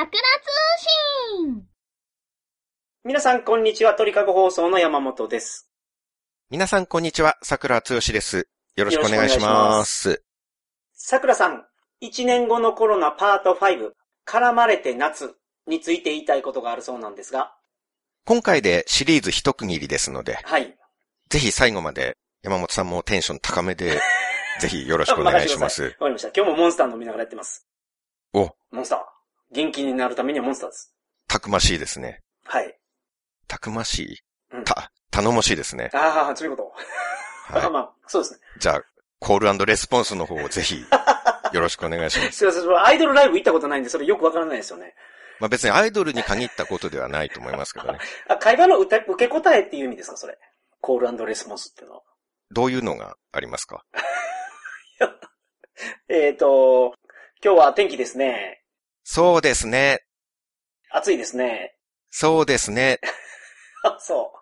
桜通信。 皆さんこんにちは。鳥かご放送の山本です。 皆さんこんにちは。桜つよしです。よろしくお願いします。 桜さん、1年後のコロナパート5、絡まれて夏について言いたいことがあるそうなんですが。 今回でシリーズ一区切りですので、 はい。 ぜひ最後まで山本さんもテンション高めで、ぜひよろしくお願いします。 わかりました。今日もモンスター飲みながらやってます。 お。 モンスター。元気になるためにはモンスターです。 たくましいですね。 はい。 たくましい、 うん、 頼もしいですね。 ああ、そういうこと。はい。まあ、そうですね。 じゃあ、コール&レスポンスの方をぜひ、よろしくお願いします。 すいません、アイドルライブ行ったことないんで、それよくわからないですよね。 まあ別にアイドルに限ったことではないと思いますけどね。 会話の受け答えっていう意味ですか、それ。コール&レスポンスっていうのは。 どういうのがありますか？ 今日は天気ですね。 そうですね。 暑いですね。 そうですね。 そう。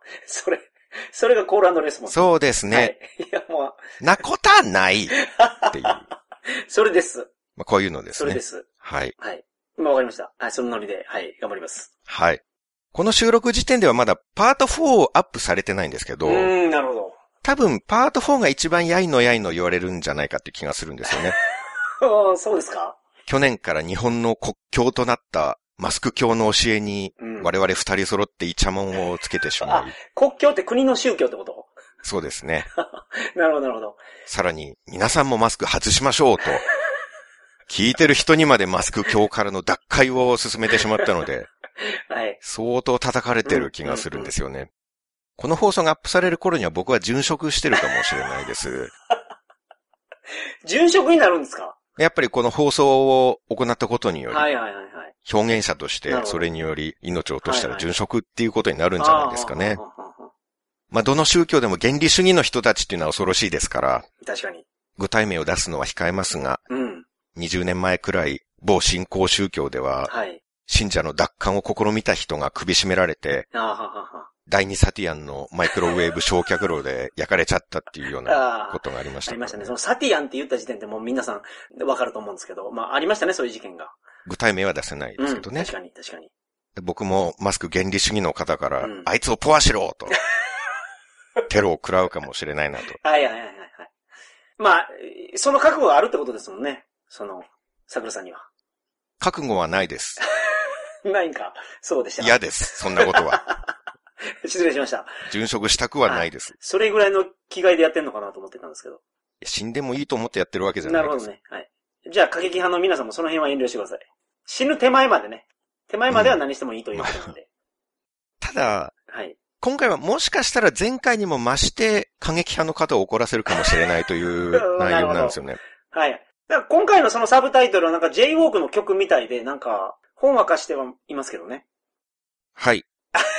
それがコール&レスポンス。 そうですね。はい、 いや、もう。なことはないっていう。 それです。 まあ、こういうのですね。 それです。 はい。 はい。今わかりました。はい、そのノリで、はい、頑張ります。 はい。この収録時点ではまだパート4をアップされてないんですけど。 なるほど。 多分パート4が一番やいの言われるんじゃないかって気がするんですよね。 そうですか？ 去年から日本の国教となったマスク教の教えに我々二人揃ってイチャモンをつけてしまい。 国教って国の宗教ってこと？ そうですね。 なるほど、なるほど。 さらに皆さんもマスク外しましょうと、聞いてる人にまでマスク教からの脱会を進めてしまったので、 はい、 相当叩かれてる気がするんですよね。この放送がアップされる頃には僕は殉職してるかもしれないです。 殉職になるんですか？ やっぱりこの放送を行ったことにより、表現者としてそれにより命を落としたら殉職っていうことになるんじゃないですかね。まあ、どの宗教でも原理主義の人たちっていうのは恐ろしいですから、 確かに。 具体名を出すのは控えますが、20年前くらい某新興宗教では、信者の奪還を試みた人が首絞められて、第二サティアンのマイクロウェーブ焼却炉で焼かれちゃったっていうようなことがありました、ね。 ありましたね。そのサティアンって言った時点でもう皆さんわかると思うんですけど、まあありましたね、そういう事件が。 具体名は出せないですけどね。 確かに。 で僕もマスク原理主義の方から、あいつをポアしろと、テロを食らうかもしれないなと。 はい。まあ、その覚悟があるってことですもんね。桜さんには。 覚悟はないです。 ないんか。そうでした。 嫌です、そんなことは。 失礼しました。 殉職したくはないです。 それぐらいの気概でやってんのかなと思ってたんですけど。 死んでもいいと思ってやってるわけじゃないです。 なるほどね。はい。じゃあ過激派の皆さんもその辺は遠慮してください。死ぬ手前までね。手前までは何してもいいということなんで。 ただ、今回はもしかしたら前回にも増して過激派の方を怒らせるかもしれないという内容なんですよね。 はい。だから今回のそのサブタイトルはなんか J-Walk の曲みたいで、なんか、ほんわかしてはいますけどね。 はい。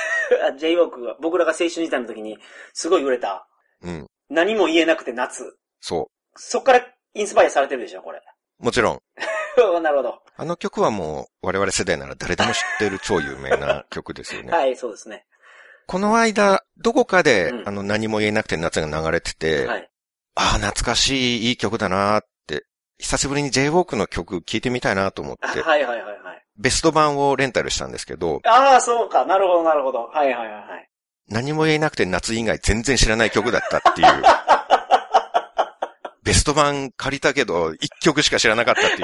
J-Walk が僕らが青春時代の時にすごい売れた。何も言えなくて夏。 そう。 そっからインスパイアされてるでしょ、これ。 もちろん。 なるほど。 あの曲はもう我々世代なら誰でも知っている超有名な曲ですよね。 はい、そうですね。 この間、どこかで、何も言えなくて夏が流れてて、ああ、懐かしいいい曲だなーって、久しぶりに J-Walk の曲聴いてみたいなと思って、ベスト版をレンタルしたんですけど、 ああ、そうか、なるほど。はい。 何も言えなくて夏以外全然知らない曲だったっていう。ベスト版借りたけど、一曲しか知らなかったっていう。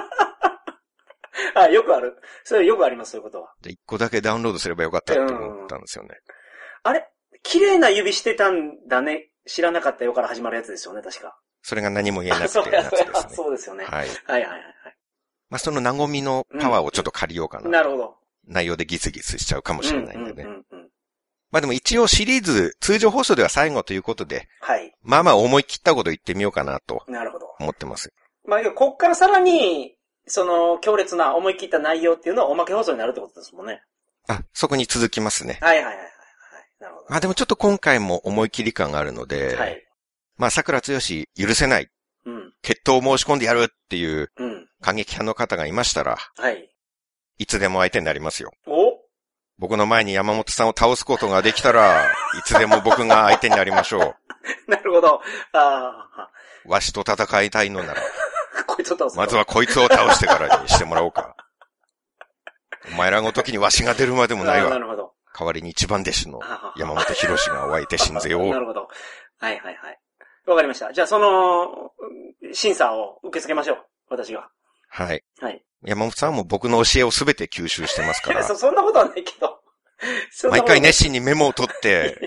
よくある。それよくあります、そういうことは。 で、一個だけダウンロードすればよかったって思ったんですよね。 あれ綺麗な指してたんだね。知らなかったよから始まるやつですよね、確か。 それが何も言えなくて夏ですね。 そうですよね。 はい。 まあ、その和みのパワーをちょっと借りようかな。 なるほど。 内容でギスギスしちゃうかもしれないんでね。まあでも一応シリーズ、通常放送では最後ということで、まあ思い切ったこと言ってみようかなと。 なるほど。 思ってます。 まあ、こっからさらに、強烈な思い切った内容っていうのはおまけ放送になるってことですもんね。 あ、そこに続きますね。 はい。なるほど。 まあでもちょっと今回も思い切り感があるので、まあ桜つよし許せない。決闘を申し込んでやるっていう、過激派の方がいましたら、いつでも相手になりますよ。僕の前に山本さんを倒すことができたら、いつでも僕が相手になりましょう。なるほど。 わしと戦いたいのなら、 こいつを倒す。 まずはこいつを倒してからにしてもらおうか。 お前らごときにわしが出るまでもないわ。 なるほど。 代わりに一番弟子の山本博士がお相手しんぜよう。 なるほど。はいはいはい。わかりました。じゃあその、審査を受け付けましょう。私が。 はい。 はい。 山本さんも僕の教えをすべて吸収してますから。 そんなことはないけど。 毎回熱心にメモを取って、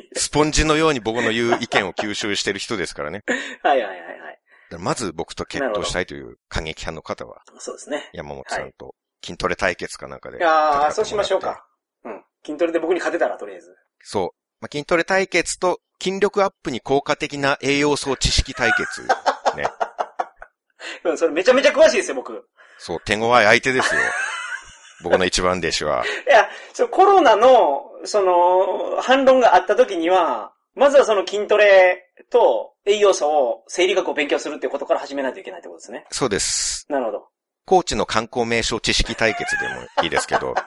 スポンジのように僕の言う意見を吸収してる人ですからね。 はいはいはいはい。 まず僕と決闘したいという過激派の方は。 そうですね。 山本さんと筋トレ対決かなんかで。 ああ、そうしましょうか。うん。筋トレで僕に勝てたらとりあえず。 そう。まあ、筋トレ対決と筋力アップに効果的な栄養素知識対決。ね。 うん、それめちゃめちゃ詳しいですよ、僕。 そう、手強い相手ですよ。僕の一番弟子は。 いや、コロナの、反論があった時には、まずはその筋トレと栄養素を、生理学を勉強するっていうことから始めないといけないってことですね。 そうです。 なるほど。 高知の観光名所知識対決でもいいですけど。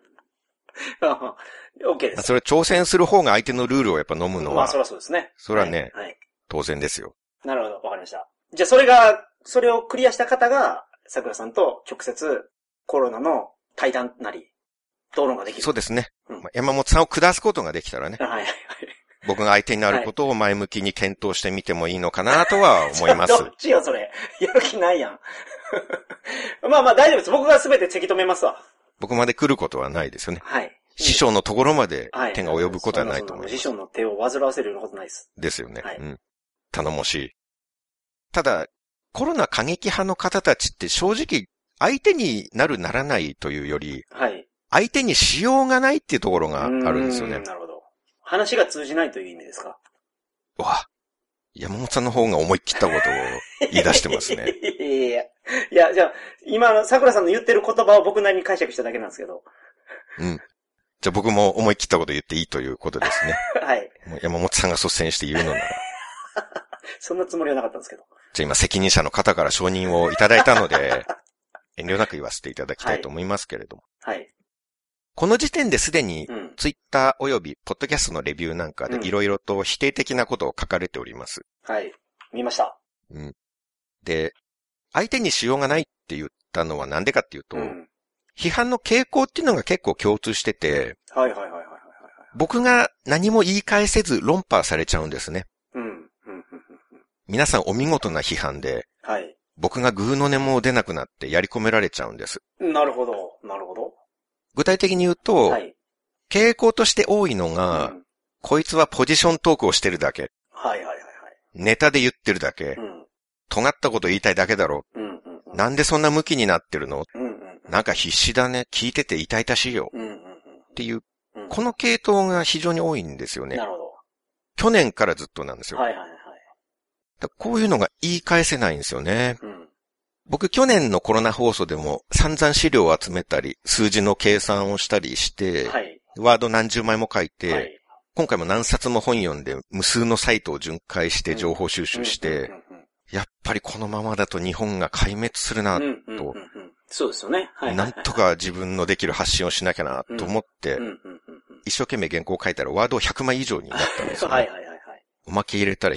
OK です。 それ挑戦する方が相手のルールをやっぱ飲むのは。 まあ、それはそうですね。 それはね、 はい。 当然ですよ。 なるほど、わかりました。じゃあそれをクリアした方が、桜さんと直接コロナの対談なり、討論ができる。 そうですね。うん、山本さんを下すことができたらね。 はいはいはい。僕が相手になることを前向きに検討してみてもいいのかなとは思います。 どっちよ、それ。やる気ないやん。まあまあ大丈夫です。僕が全て突き止めますわ。 僕まで来ることはないですよね。 はい。 師匠のところまで手が及ぶことはないと思います。 師匠の手を煩わせるようなことないです。 ですよね。 はい。 うん。頼もしい。ただ、コロナ過激派の方たちって正直、相手になるならないというより、 はい。 相手にしようがないっていうところがあるんですよね。 なるほど。話が通じないという意味ですか？ わ、山本さんの方が思い切ったことを言い出してますね。 いや、じゃあ、今、桜さんの言ってる言葉を僕なりに解釈しただけなんですけど。 うん。じゃあ僕も思い切ったこと言っていいということですね。 はい。 山本さんが率先して言うのなら。 そんなつもりはなかったんですけど。 じゃあ今責任者の方から承認をいただいたので、遠慮なく言わせていただきたいと思いますけれども。 はい。 この時点ですでに、ツイッター及びポッドキャストのレビューなんかでいろいろと否定的なことを書かれております。 はい。見ました。 うん。で、相手にしようがないって言ったのはなんでかっていうと、批判の傾向っていうのが結構共通してて、 はいはいはいはい。 僕が何も言い返せず論破されちゃうんですね。皆さんお見事な批判で、 はい。 僕がグーの音も出なくなってやり込められちゃうんです。 なるほど、なるほど。 具体的に言うと、はい、傾向として多いのが、こいつはポジショントークをしてるだけ。 はいはいはいはい。 ネタで言ってるだけ。尖ったこと言いたいだけだろ。なんでそんな向きになってるの、なんか必死だね。聞いてて痛々しいよ。っていう、この系統が非常に多いんですよね。 なるほど。 去年からずっとなんですよ。 はいはいはい。 こういうのが言い返せないんですよね。僕去年のコロナ放送でも散々資料を集めたり、数字の計算をしたりして、はい、ワード何十枚も書いて、はい、今回も何冊も本読んで無数のサイトを巡回して情報収集して、やっぱりこのままだと日本が壊滅するな、と。 そうですよね。はい。 なんとか自分のできる発信をしなきゃな、と思って、一生懸命原稿を書いたらワード100枚以上になったんですよね。はいはいはい。おまけ入れたら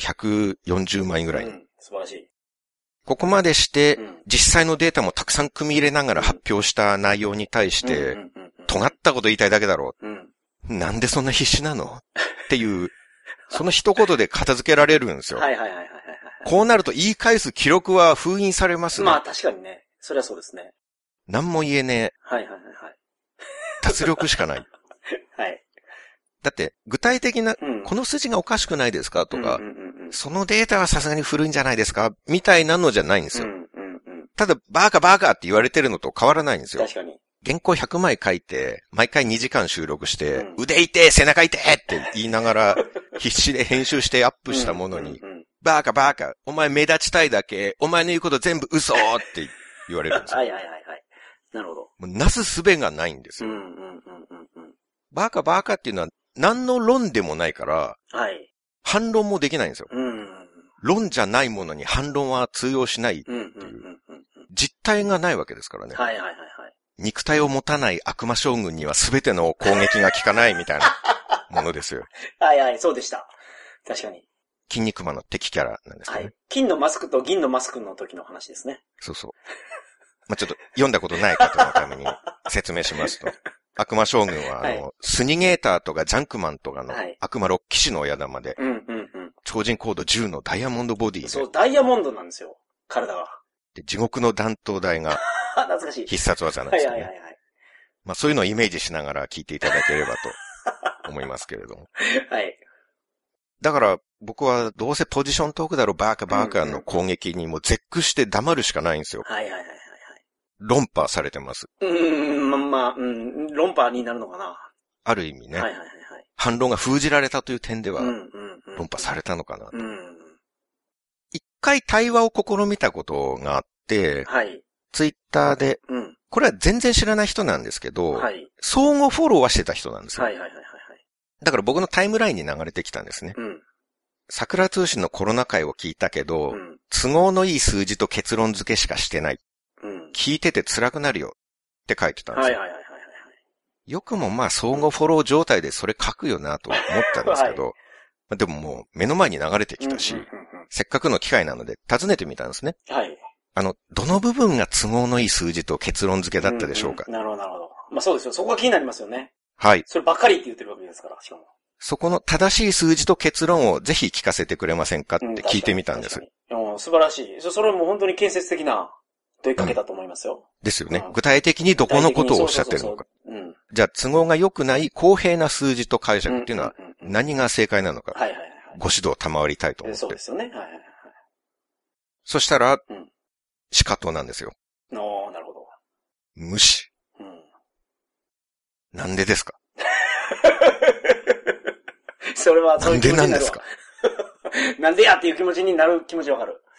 140枚ぐらい。 素晴らしい。 ここまでして、実際のデータもたくさん組み入れながら発表した内容に対して、尖ったこと言いたいだけだろう。なんでそんな必死なのっていう、その一言で片付けられるんですよ。 はいはいはいはい。 こうなると言い返す記録は封印されますね。 まあ確かにね。それはそうですね。 何も言えねえ。 はいはいはい。 脱力しかない。 はい。 だって、具体的な、この数字がおかしくないですかとか、そのデータはさすがに古いんじゃないですかみたいなのじゃないんですよ。ただ、バーカって言われてるのと変わらないんですよ。 確かに。 原稿100枚書いて、毎回2時間収録して、腕痛え、背中痛えって言いながら、必死で編集してアップしたものに、バーカ、お前目立ちたいだけ、お前の言うこと全部嘘って言われるんですよ。 はいはいはいはい。なるほど。 もうなすすべがないんですよ。バーカっていうのは何の論でもないから、はい。反論もできないんですよ。論じゃないものに反論は通用しないっていう。実体がないわけですからね。 はいはいはいはい。 肉体を持たない悪魔将軍には全ての攻撃が効かないみたいなものですよ。 はいはい、そうでした。確かに。 筋肉マンの敵キャラなんですけどね。はい。 金のマスクと銀のマスクの時の話ですね。 そうそう。 まあ、ちょっと読んだことない方のために説明しますと。悪魔将軍は、はい、スニゲーターとかジャンクマンとかの悪魔6騎士の親玉で、超人コード10のダイヤモンドボディで。 そう、ダイヤモンドなんですよ。体が。 で、地獄の弾頭台が、 懐かしい。 必殺技なんですよね。 はいはいはいはい。 まあそういうのをイメージしながら聞いていただければと思いますけれども。 はい。 だから僕はどうせポジショントークだろバーカの攻撃にも絶句して黙るしかないんですよ。 はいはいはいはい。 論破されてます。 論破になるのかな。 ある意味ね。 はいはいはい。 反論が封じられたという点では、論破されたのかなと。一回対話を試みたことがあって、 はい。 ツイッターで、これは全然知らない人なんですけど、はい、相互フォローはしてた人なんですよ。 はいはいはいはい。 だから僕のタイムラインに流れてきたんですね。桜通信のコロナ会を聞いたけど、都合のいい数字と結論付けしかしてない。聞いてて辛くなるよって書いてたんですよ。はいはいはいはい。よくもまあ相互フォロー状態でそれ書くよなと思ったんですけど、はい、でももう目の前に流れてきたし、せっかくの機会なので尋ねてみたんですね。 はい。 どの部分が都合のいい数字と結論付けだったでしょうか。 なるほどなるほど。まあそうですよ。そこが気になりますよね。 はい。 そればっかりって言ってるわけですから、しかも。 そこの正しい数字と結論をぜひ聞かせてくれませんかって聞いてみたんです。 素晴らしい。それも本当に建設的な問いかけだと思いますよ。 ですよね。具体的にどこのことをおっしゃってるのか。じゃあ都合が良くない公平な数字と解釈っていうのは何が正解なのか。ご指導賜りたいと思って。 そうですよね。はいはいはい。 そしたら、しかとなんですよ。 なるほど。 無視。なんでですかそれはそういう気持ちになるわ。 なんでなんですかなんでやっていう気持ちになる気持ちわかる。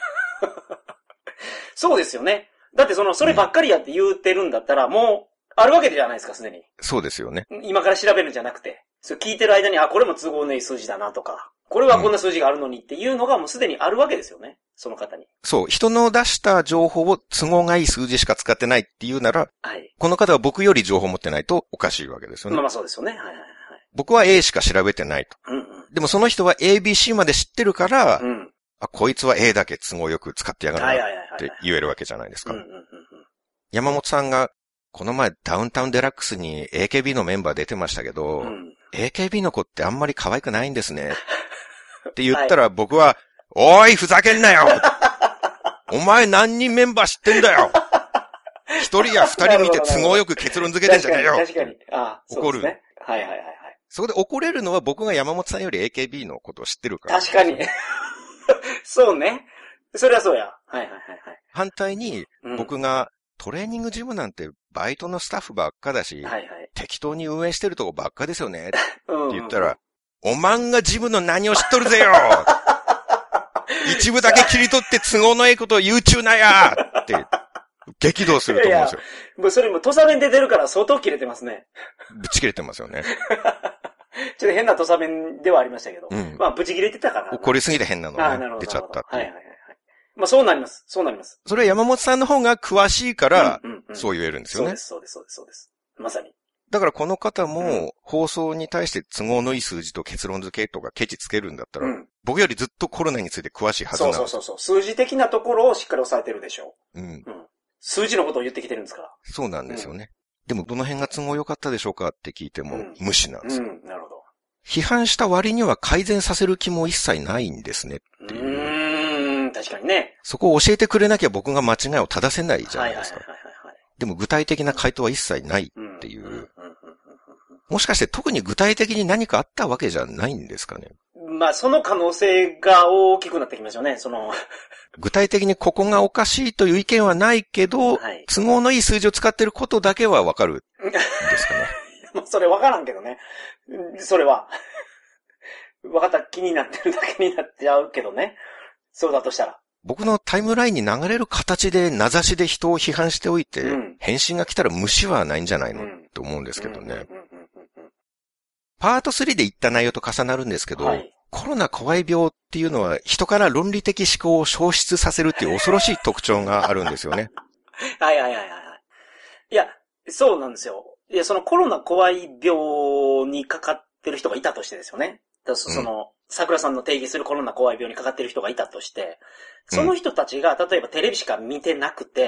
そうですよね。だってそればっかりやって言うてるんだったら、もう、あるわけじゃないですか、すでに。 そうですよね。 今から調べるんじゃなくて、それ聞いてる間に、これも都合のいい数字だなとか、これはこんな数字があるのにっていうのがもうすでにあるわけですよね、その方に。 そう、人の出した情報を都合がいい数字しか使ってないっていうなら、はい、この方は僕より情報を持ってないとおかしいわけですよね。 まあそうですよね。はいはいはい。 僕は A しか調べてないと。でもその人は ABC まで知ってるから、こいつは A だけ都合よく使ってやがるなって言えるわけじゃないですか。山本さんが、この前ダウンタウンデラックスに AKB のメンバー出てましたけど、AKB の子ってあんまり可愛くないんですね。って言ったら僕は、おいふざけんなよお前何人メンバー知ってんだよ一人や二人見て都合よく結論付けてんじゃねえよ確かに。怒る。はいはいはい。 そこで怒れるのは僕が山本さんより AKB のことを知ってるから。 確かに。そうね。それはそうや。はいはいはい。 反対に、僕がトレーニングジムなんてバイトのスタッフばっかだし、適当に運営してるとこばっかですよねって言ったら、おまんがジムの何を知っとるぜよ一部だけ切り取って都合のいいことを言うちゅうなやって激怒すると思うんですよ。 もうそれも土佐弁で出るから相当切れてますね。 ぶち切れてますよね。 ちょっと変な土佐弁ではありましたけど。まあ、ぶち切れてたから。 怒りすぎて変なのが出ちゃったっていう。 まあ、そうなります。そうなります。 それは山本さんの方が詳しいから、そう言えるんですよね。 そうです。まさに。 だからこの方も、放送に対して都合のいい数字と結論付けとかケチつけるんだったら、僕よりずっとコロナについて詳しいはずなんです。 そう。数字的なところをしっかり抑えてるでしょう。数字のことを言ってきてるんですから。 そうなんですよね。でもどの辺が都合良かったでしょうかって聞いても無視なんですよ。 なるほど。 批判した割には改善させる気も一切ないんですねっていう。 確かにね。 そこを教えてくれなきゃ僕が間違いを正せないじゃないですか。でも具体的な回答は一切ないっていう。もしかして特に具体的に何かあったわけじゃないんですかね。 まあその可能性が大きくなってきますよね。 具体的にここがおかしいという意見はないけど、都合のいい数字を使っていることだけはわかるんですかね。 それわからんけどね。それは。わかった気になってるだけになっちゃうけどね。そうだとしたら。 僕のタイムラインに流れる形で名指しで人を批判しておいて、返信が来たら無視はないんじゃないのと思うんですけどね。パート3で言った内容と重なるんですけど、コロナ怖い病っていうのは人から論理的思考を消失させるっていう恐ろしい特徴があるんですよね。 はい。いや、そうなんですよ。いや、そのコロナ怖い病にかかってる人がいたとしてですよね。桜さんの定義するコロナ怖い病にかかってる人がいたとして、その人たちが、例えばテレビしか見てなくて、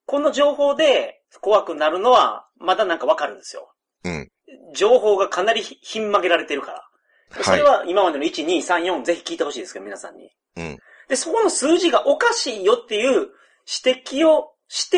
この情報で怖くなるのは、まだなんかわかるんですよ。 うん。 情報がかなりひん曲げられてるから。それは今までの1、2、3、4ぜひ聞いてほしいですけど、皆さんに。 うん。 で、そこの数字がおかしいよっていう指摘をして、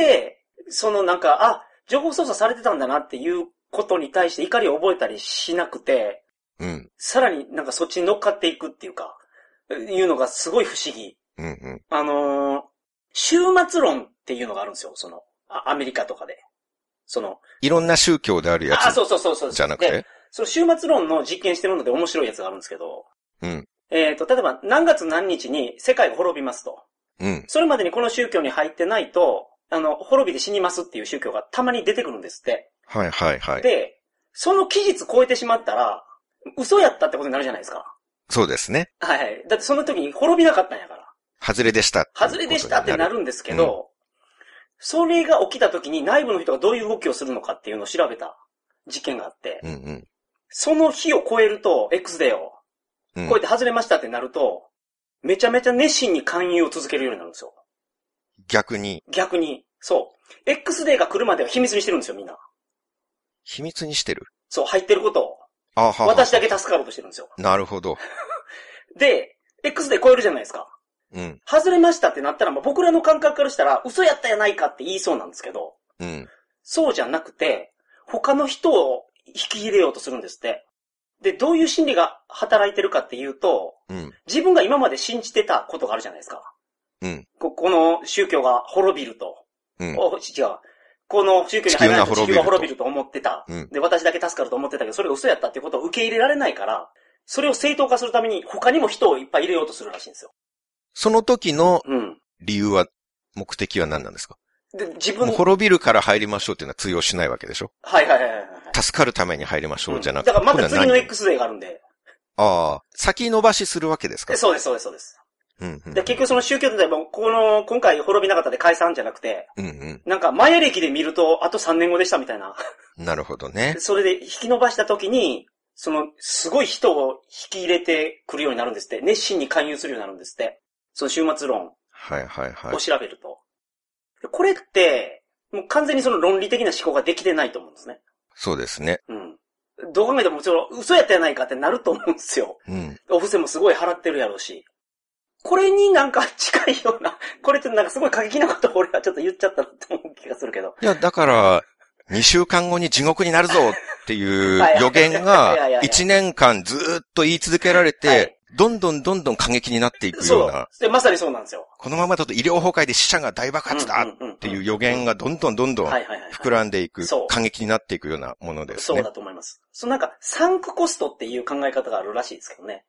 なんか、情報操作されてたんだなっていうことに対して怒りを覚えたりしなくて、 うん。 さらになんかそっちに乗っかっていくっていうか、いうのがすごい不思議。 うんうん。 終末論っていうのがあるんですよ、アメリカとかで。 いろんな宗教であるやつ。 そう。 じゃなくて。 その終末論の実験してるので面白いやつがあるんですけど。 うん。 例えば何月何日に世界が滅びますと。 うん。 それまでにこの宗教に入ってないと、滅びて死にますっていう宗教がたまに出てくるんですって。 はいはいはい。 で、その期日超えてしまったら、嘘やったってことになるじゃないですか。 そうですね。 はいはい。だってその時に滅びなかったんやから。 外れでした。 外れでしたってなるんですけど、それが起きた時に内部の人がどういう動きをするのかっていうのを調べた実験があって、 うんうん、 その日を超えると、X デーを、超えて外れましたってなると、めちゃめちゃ熱心に勧誘を続けるようになるんですよ。 逆に。 そう。X デーが来るまでは秘密にしてるんですよ、みんな。 秘密にしてる？ そう、入ってることを。私だけ助かろうとしてるんですよ。 なるほど。 で、X デー超えるじゃないですか。 うん。 外れましたってなったら、僕らの感覚からしたら、嘘やったやないかって言いそうなんですけど、 うん。 そうじゃなくて、他の人を引き入れようとするんですって。で、どういう心理が働いてるかっていうと、自分が今まで信じてたことがあるじゃないですか。この宗教が滅びると。違う。この宗教に入らないと地球が滅びると思ってた。で、私だけ助かると思ってたけど、それが嘘やったっていうことを受け入れられないから、それを正当化するために他にも人をいっぱい入れようとするらしいんですよ。 その時の理由は、目的は何なんですか？ で、 もう滅びるから入りましょうっていうのは通用しないわけでしょ？ はい。 助かるために入りましょうじゃなくて。 だからまた次の X デーがあるんで。 先延ばしするわけですか？ そうです。で、結局その宗教でも、今回滅びなかったで解散じゃなくて、なんか前歴で見ると、あと3年後でしたみたいな。 なるほどね。 それで引き伸ばした時に、すごい人を引き入れてくるようになるんですって。熱心に勧誘するようになるんですって。その終末論を調べると。これって、もう完全にその論理的な思考ができてないと思うんですね。 そうですね。 どう考えても嘘やったやないかってなると思うんですよ。お布施もすごい払ってるやろうし。これになんか近いような、これってなんかすごい過激なことを俺はちょっと言っちゃったと思う気がするけど。 いや、だから、2週間後に地獄になるぞっていう予言が1年間ずーっと言い続けられて、どんどん過激になっていくような。 で、まさにそうなんですよ。 このままだと医療崩壊で死者が大爆発だっていう予言がどんどん膨らんでいく、過激になっていくようなものですね。 そうだと思います。なんか、サンクコストっていう考え方があるらしいですけどね。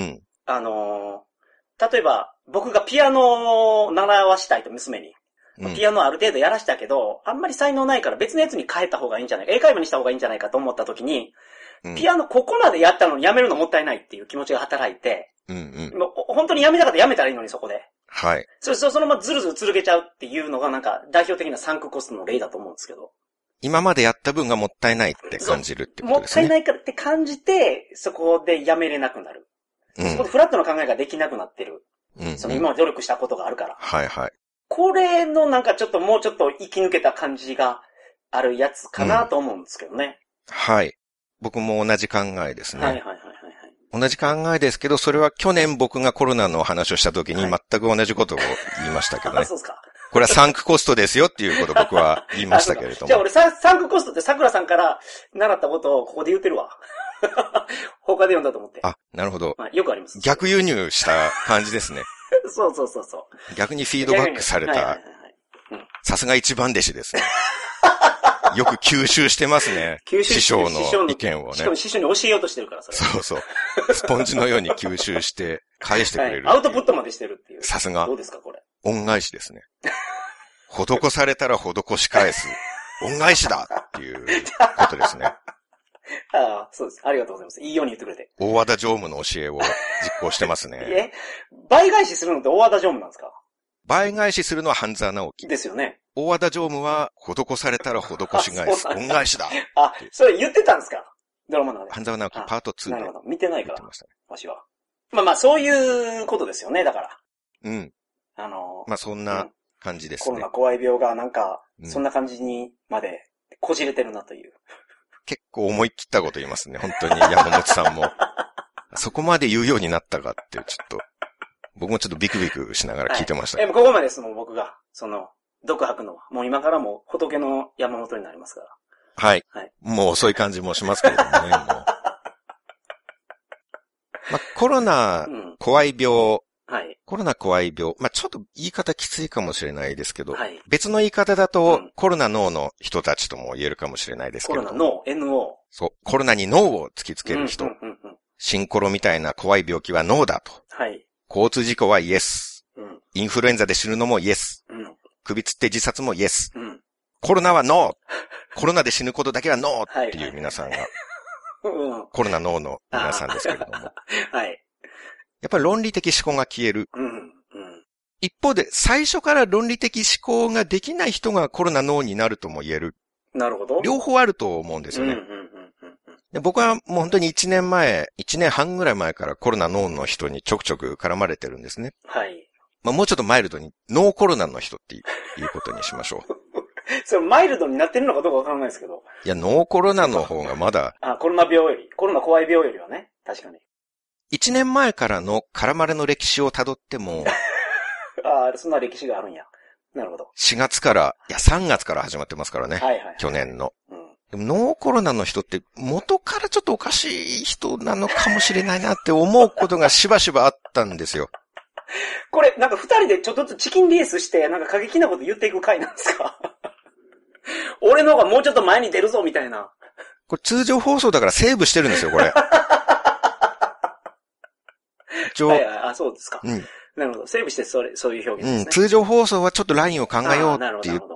例えば、僕がピアノを習わしたいと娘に。ピアノある程度やらしたけど、あんまり才能ないから別のやつに変えた方がいいんじゃないか、英会話にした方がいいんじゃないかと思った時に、ピアノここまでやったのにやめるのもったいないっていう気持ちが働いて、本当にやめたかったらやめたらいいのにそこで。 はい。 そのままずるずる続けちゃうっていうのがなんか代表的なサンクコストの例だと思うんですけど。 今までやった分がもったいないって感じるってことですね。 もったいないからって感じて、そこでやめれなくなる。そこでフラットな考えができなくなってる。今まで努力したことがあるから。 はいはい。 これのなんかもうちょっと生き抜けた感じがあるやつかなと思うんですけどね。 はい。僕も同じ考えですね。同じ考えですけど、それは去年僕がコロナの話をした時に全く同じことを言いましたけどね。 そうですか。 これはサンクコストですよっていうことを僕は言いましたけれども。 じゃあ俺サンクコストって桜さんから習ったことをここで言ってるわ。他で読んだと思って。 なるほど。 よくあります。 逆輸入した感じですね。 そう。 逆にフィードバックされた。さすが一番弟子ですね。よく吸収してますね。師匠の意見をね。 しかも師匠に教えようとしてるから、それ。 そう。スポンジのように吸収して返してくれる。 アウトプットまでしてるっていう。 さすが。 どうですか、これ。 恩返しですね。施されたら施し返す。恩返しだっていうことですね。 そうです。ありがとうございます。いいように言ってくれて。 大和田常務の教えを実行してますね。 倍返しするのって大和田常務なんですか？ 倍返しするのは半沢直樹。 ですよね。 大和田常務は、施されたら施し返す。恩返しだ。 それ言ってたんですか？ドラマの中で。 半沢直樹パート2で。 なるほど。見てないから。 言ってましたね。 わしは。そういうことですよね、だから。 そんな感じですね。 コロナ怖い病がなんか、そんな感じにまでこじれてるなという。 結構思い切ったこと言いますね、本当に山本さんも。そこまで言うようになったかってちょっと、僕もちょっとビクビクしながら聞いてました。 はい、ここまでですもん、僕が、毒吐くのは。もう今からも仏の山本になりますから。 はい。はい、もう遅い感じもしますけれどもね、もう。まあ、コロナ怖い病、はい。コロナ怖い病。まあ、ちょっと言い方きついかもしれないですけど、はい。別の言い方だと、コロナ脳の人たちとも言えるかもしれないですけど。 コロナ脳 NO。 そう。コロナに脳を突きつける人。シンコロみたいな怖い病気は脳だと。はい。交通事故はイエス。インフルエンザで死ぬのもイエス。首つって自殺もイエス。コロナはノー。コロナで死ぬことだけはノーっていう皆さんが。コロナ脳の皆さんですけれども。はい。やっぱり論理的思考が消える。一方で、最初から論理的思考ができない人がコロナ脳になるとも言える。 なるほど。 両方あると思うんですよね。で僕はもう本当に1年半ぐらい前からコロナ脳の人にちょくちょく絡まれてるんですね。はい。まあもうちょっとマイルドに、ノーコロナの人っていうことにしましょう。 それマイルドになってるのかどうかわからないですけど。 いや、ノーコロナの方がまだ。 コロナ病より、コロナ怖い病よりはね。確かに。 1年前からの絡まれの歴史を辿っても。 そんな歴史があるんや。なるほど。 4月から、3月から始まってますからね。はいはい。去年の。でもノーコロナの人って元からちょっとおかしい人なのかもしれないなって思うことがしばしばあったんですよ。 これ、なんか二人でちょっとずつチキンレースして、なんか過激なこと言っていく回なんですか？俺の方がもうちょっと前に出るぞ、みたいな。 これ通常放送だからセーブしてるんですよ、これ。 そうですか。なるほど。セーブしてそういう表現ですね。 通常放送はちょっとラインを考えようって言って、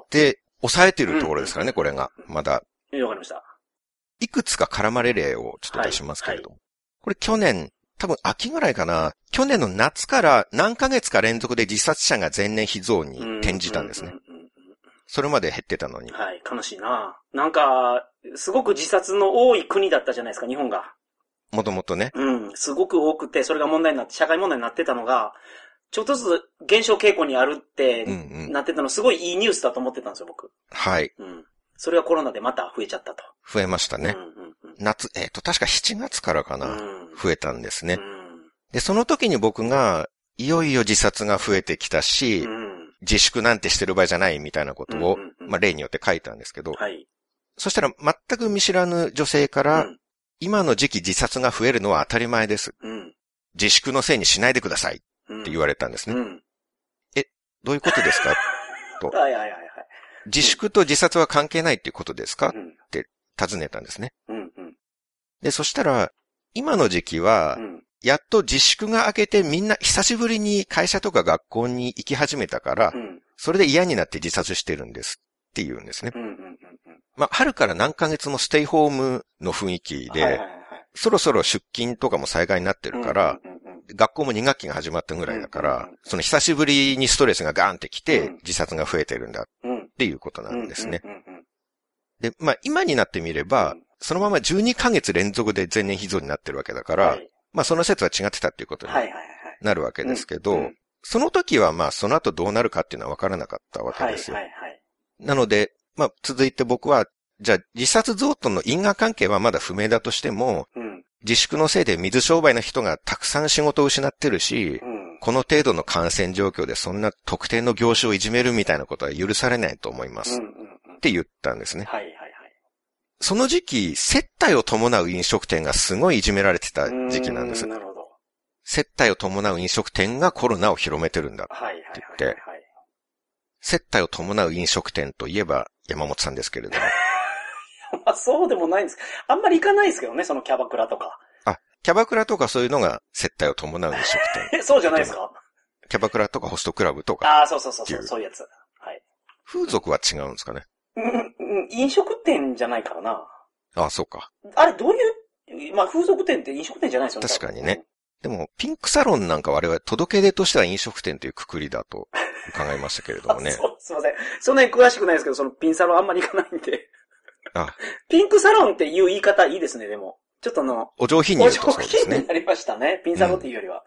抑えてるところですからね、これが。まだ。 わかりました。 いくつか絡まれ例をちょっと出しますけれども。これ去年、多分秋ぐらいかな。去年の夏から何ヶ月か連続で自殺者が前年比増に転じたんですね。それまで減ってたのに。 はい、悲しいな。なんか、すごく自殺の多い国だったじゃないですか、日本が。 もともとね。 すごく多くて、それが問題になって、社会問題になってたのが、ちょっとずつ減少傾向にあるって、なってたのすごいいいニュースだと思ってたんですよ、僕。 はい。 それがコロナでまた増えちゃったと。 増えましたね。夏、確か7月からかな。増えたんですね。で、その時に僕が、いよいよ自殺が増えてきたし、自粛なんてしてる場合じゃないみたいなことを、例によって書いたんですけど、そしたら全く見知らぬ女性から、今の時期自殺が増えるのは当たり前です。自粛のせいにしないでくださいって言われたんですね。どういうことですかと。自粛と自殺は関係ないっていうことですかって尋ねたんですね。で、そしたら、今の時期は、やっと自粛が明けてみんな久しぶりに会社とか学校に行き始めたから、それで嫌になって自殺してるんですって言うんですね。まあ、春から何ヶ月もステイホームの雰囲気で、そろそろ出勤とかも災害になってるから、学校も2学期が始まったぐらいだから、その久しぶりにストレスがガーンってきて、自殺が増えてるんだっていうことなんですね。で、まあ、今になってみれば、そのまま12ヶ月連続で前年比増になってるわけだから、まあその説は違ってたっていうことになるわけですけど、その時はまあその後どうなるかっていうのは分からなかったわけですよ。なので、まあ続いて僕は、じゃあ自殺増との因果関係はまだ不明だとしても、自粛のせいで水商売の人がたくさん仕事を失ってるし、この程度の感染状況でそんな特定の業種をいじめるみたいなことは許されないと思います。って言ったんですね。その時期、接待を伴う飲食店がすごいいじめられてた時期なんです。なるほど。接待を伴う飲食店がコロナを広めてるんだって言って、接待を伴う飲食店といえば山本さんですけれども。 まあそうでもないんです。あんまり行かないですけどね、そのキャバクラとか。 キャバクラとかそういうのが接待を伴う飲食店。 そうじゃないですか？ キャバクラとかホストクラブとか。 そういうやつ。はい。 風俗は違うんですかね？ 飲食店じゃないからな。 そうか。 あれ、どういう、まあ、風俗店って飲食店じゃないですよね。 確かにね。でも、ピンクサロンなんか我々届け出としては飲食店というくくりだと伺いましたけれどもね。 すいません。そんなに詳しくないですけど、そのピンサロンあんまり行かないんで。ピンクサロンっていう言い方いいですね、でも。ちょっとお上品に言うとそうですね。 お上品になりましたね。ピンサロンっていうよりは。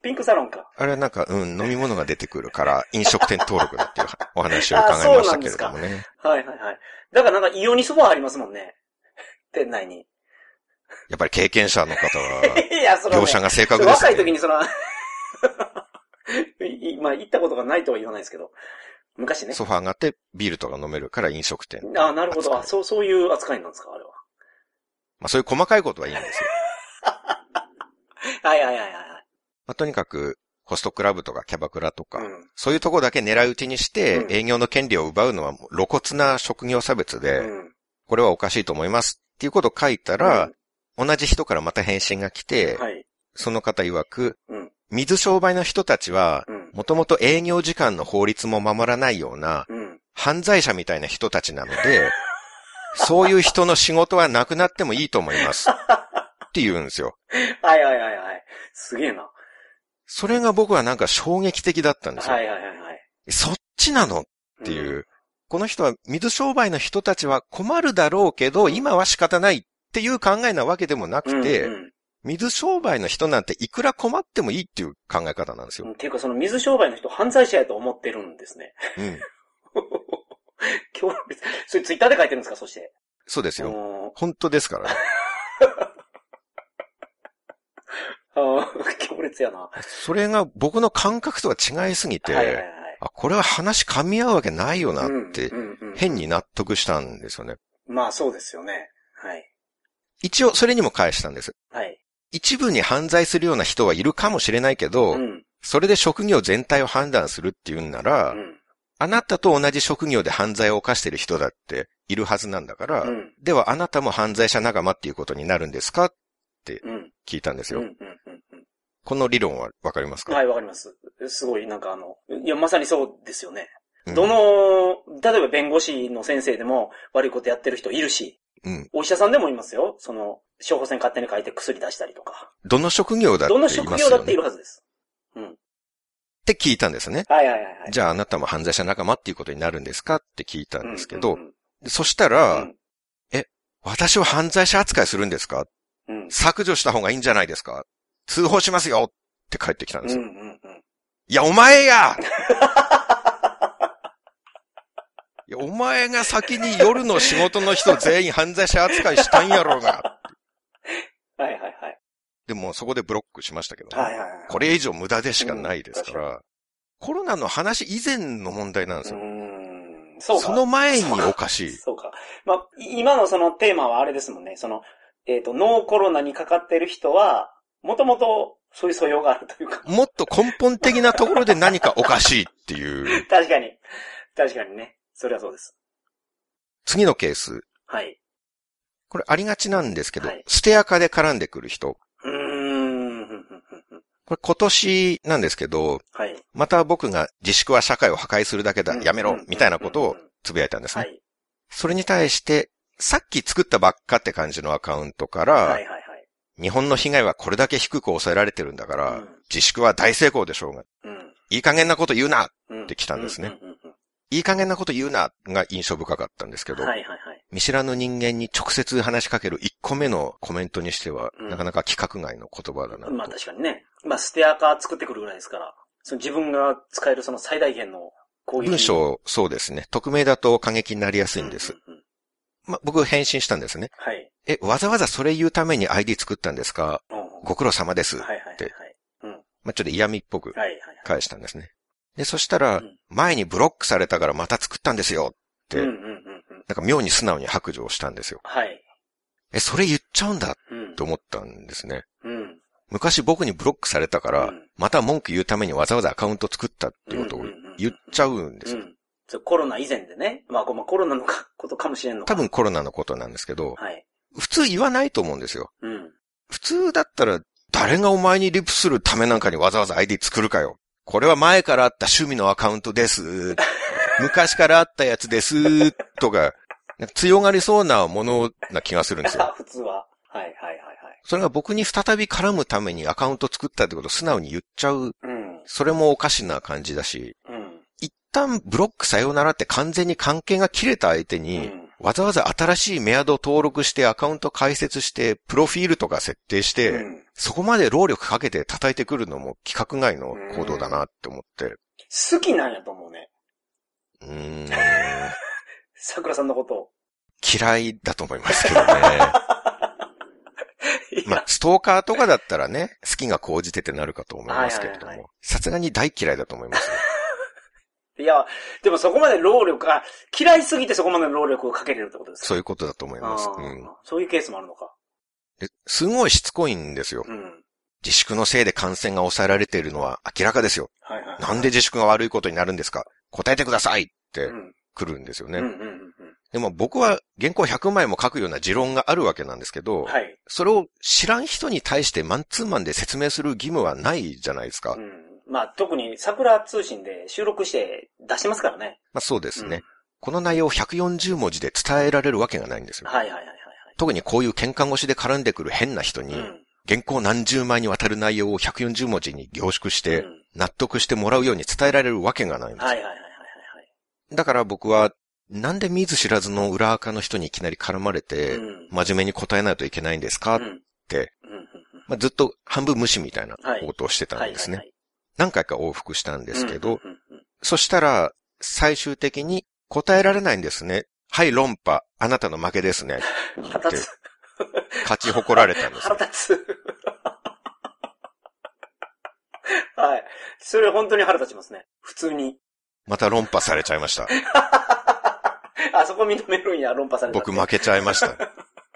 ピンクサロンか。 あれはなんか、飲み物が出てくるから、飲食店登録だっていうお話を伺いましたけれどもね。 はいはいはい。だからなんか異様にソファーありますもんね。店内に。 やっぱり経験者の方は、いや、その、ね、業者が正確ですね。 若い時にまあ、行ったことがないとは言わないですけど。昔ね。 ソファーがあってビールとか飲めるから飲食店。 ああ、なるほど。そういう扱いなんですか、あれは。 まあそういう細かいことはいいんですよ。 はいはいはいはい。 まあとにかく、ホストクラブとかキャバクラとか、そういうとこだけ狙い撃ちにして、営業の権利を奪うのは露骨な職業差別で、これはおかしいと思いますっていうことを書いたら、同じ人からまた返信が来て、その方曰く、水商売の人たちは、もともと営業時間の法律も守らないような、犯罪者みたいな人たちなので、そういう人の仕事はなくなってもいいと思います。って言うんですよ。 はいはいはいはい。すげえな。 それが僕はなんか衝撃的だったんですよ。 はいはいはいはい。 そっちなのっていう。この人は水商売の人たちは困るだろうけど、今は仕方ないっていう考えなわけでもなくて、水商売の人なんていくら困ってもいいっていう考え方なんですよ。 っていうかその水商売の人犯罪者やと思ってるんですね。今日、それツイッターで書いてるんですか、そして。 そうですよ。本当ですからね。 強烈やな。 それが僕の感覚とは違いすぎて、これは話噛み合うわけないよなって、変に納得したんですよね。 まあそうですよね。はい。 一応それにも返したんです。はい。一部に犯罪するような人はいるかもしれないけど、それで職業全体を判断するっていうんなら、あなたと同じ職業で犯罪を犯している人だっているはずなんだから、ではあなたも犯罪者仲間っていうことになるんですかって聞いたんですよ。この理論はわかりますか？ はい、わかります。すごい、なんかいや、まさにそうですよね。例えば弁護士の先生でも悪いことやってる人いるし、お医者さんでもいますよ。処方箋勝手に書いて薬出したりとか。 どの職業だっていますよね。 どの職業だっているはずです。 って聞いたんですね。 はいはいはい。 じゃああなたも犯罪者仲間っていうことになるんですかって聞いたんですけど、そしたら、私を犯罪者扱いするんですか？削除した方がいいんじゃないですか？通報しますよって帰ってきたんですよ。いや、お前やいや、お前が先に夜の仕事の人全員犯罪者扱いしたんやろうが。 はいはいはい。 でもそこでブロックしましたけど、 これ以上無駄でしかないですから、コロナの話以前の問題なんですよ。 そうか。 その前におかしい。 そうか。まあ、今のそのテーマはあれですもんね。ノーコロナにかかってる人は、もともとそういう素養があるというか。 もっと根本的なところで何かおかしいっていう。 確かにね。それはそうです。 次のケース。 はい。 これありがちなんですけど、ステアカで絡んでくる人。これ今年なんですけど、また僕が自粛は社会を破壊するだけだ、やめろ、みたいなことをつぶやいたんですね。それに対して、さっき作ったばっかって感じのアカウントから、日本の被害はこれだけ低く抑えられてるんだから、自粛は大成功でしょうが、いい加減なこと言うなって来たんですね。いい加減なこと言うなが印象深かったんですけど、見知らぬ人間に直接話しかける1個目のコメントにしては、なかなか規格外の言葉だなと。 まあ確かにね。まあステアカー作ってくるぐらいですから、自分が使えるその最大限のこういう。 文章、そうですね。匿名だと過激になりやすいんです。まあ僕返信したんですね。わざわざそれ言うために ID 作ったんですか？ご苦労様です。って。まあちょっと嫌味っぽく返したんですね。で、そしたら、前にブロックされたからまた作ったんですよって、なんか妙に素直に白状したんですよ。それ言っちゃうんだって思ったんですね。昔僕にブロックされたから、また文句言うためにわざわざアカウント作ったっていうことを言っちゃうんですよ。 コロナ以前でね。まあコロナのことかもしれんのか。 多分コロナのことなんですけど、普通言わないと思うんですよ。普通だったら、誰がお前にリプするためなんかにわざわざ ID 作るかよ。これは前からあった趣味のアカウントです。昔からあったやつです。とか、強がりそうなものな気がするんですよ。 普通は。 それが僕に再び絡むためにアカウント作ったってことを素直に言っちゃう。それもおかしな感じだし、一旦ブロックさようならって完全に関係が切れた相手に、 わざわざ新しいメアド登録してアカウント開設して、プロフィールとか設定して、そこまで労力かけて叩いてくるのも規格外の行動だなって思って。 好きなんやと思うね。桜さんのこと。 嫌いだと思いますけどね。まあ、ストーカーとかだったらね、好きが高じてってなるかと思いますけれども、さすがに大嫌いだと思いますよ。 いや、でもそこまで労力が、嫌いすぎてそこまでの労力をかけれるってことですか？ そういうことだと思います。 そういうケースもあるのか。 すごいしつこいんですよ。自粛のせいで感染が抑えられているのは明らかですよ。なんで自粛が悪いことになるんですか？答えてくださいって来るんですよね。でも僕は原稿100枚も書くような持論があるわけなんですけど、それを知らん人に対してマンツーマンで説明する義務はないじゃないですか。 まあ特に桜通信で収録して出しますからね。 まあそうですね。この内容を140文字で伝えられるわけがないんですよ。特にこういう喧嘩越しで絡んでくる変な人に、原稿何十枚にわたる内容を140文字に凝縮して、納得してもらうように伝えられるわけがないんですよ。だから僕は、なんで見ず知らずの裏垢の人にいきなり絡まれて、真面目に答えないといけないんですかって、まあ、ずっと半分無視みたいな応答してたんですね。何回か往復したんですけど、そしたら、最終的に答えられないんですね。はい、論破、あなたの負けですね。って、勝ち誇られたんです。 腹立つ。はい。それ本当に腹立ちますね。普通に。 また論破されちゃいました。 あそこ認めるんや、論破された。 僕負けちゃいました。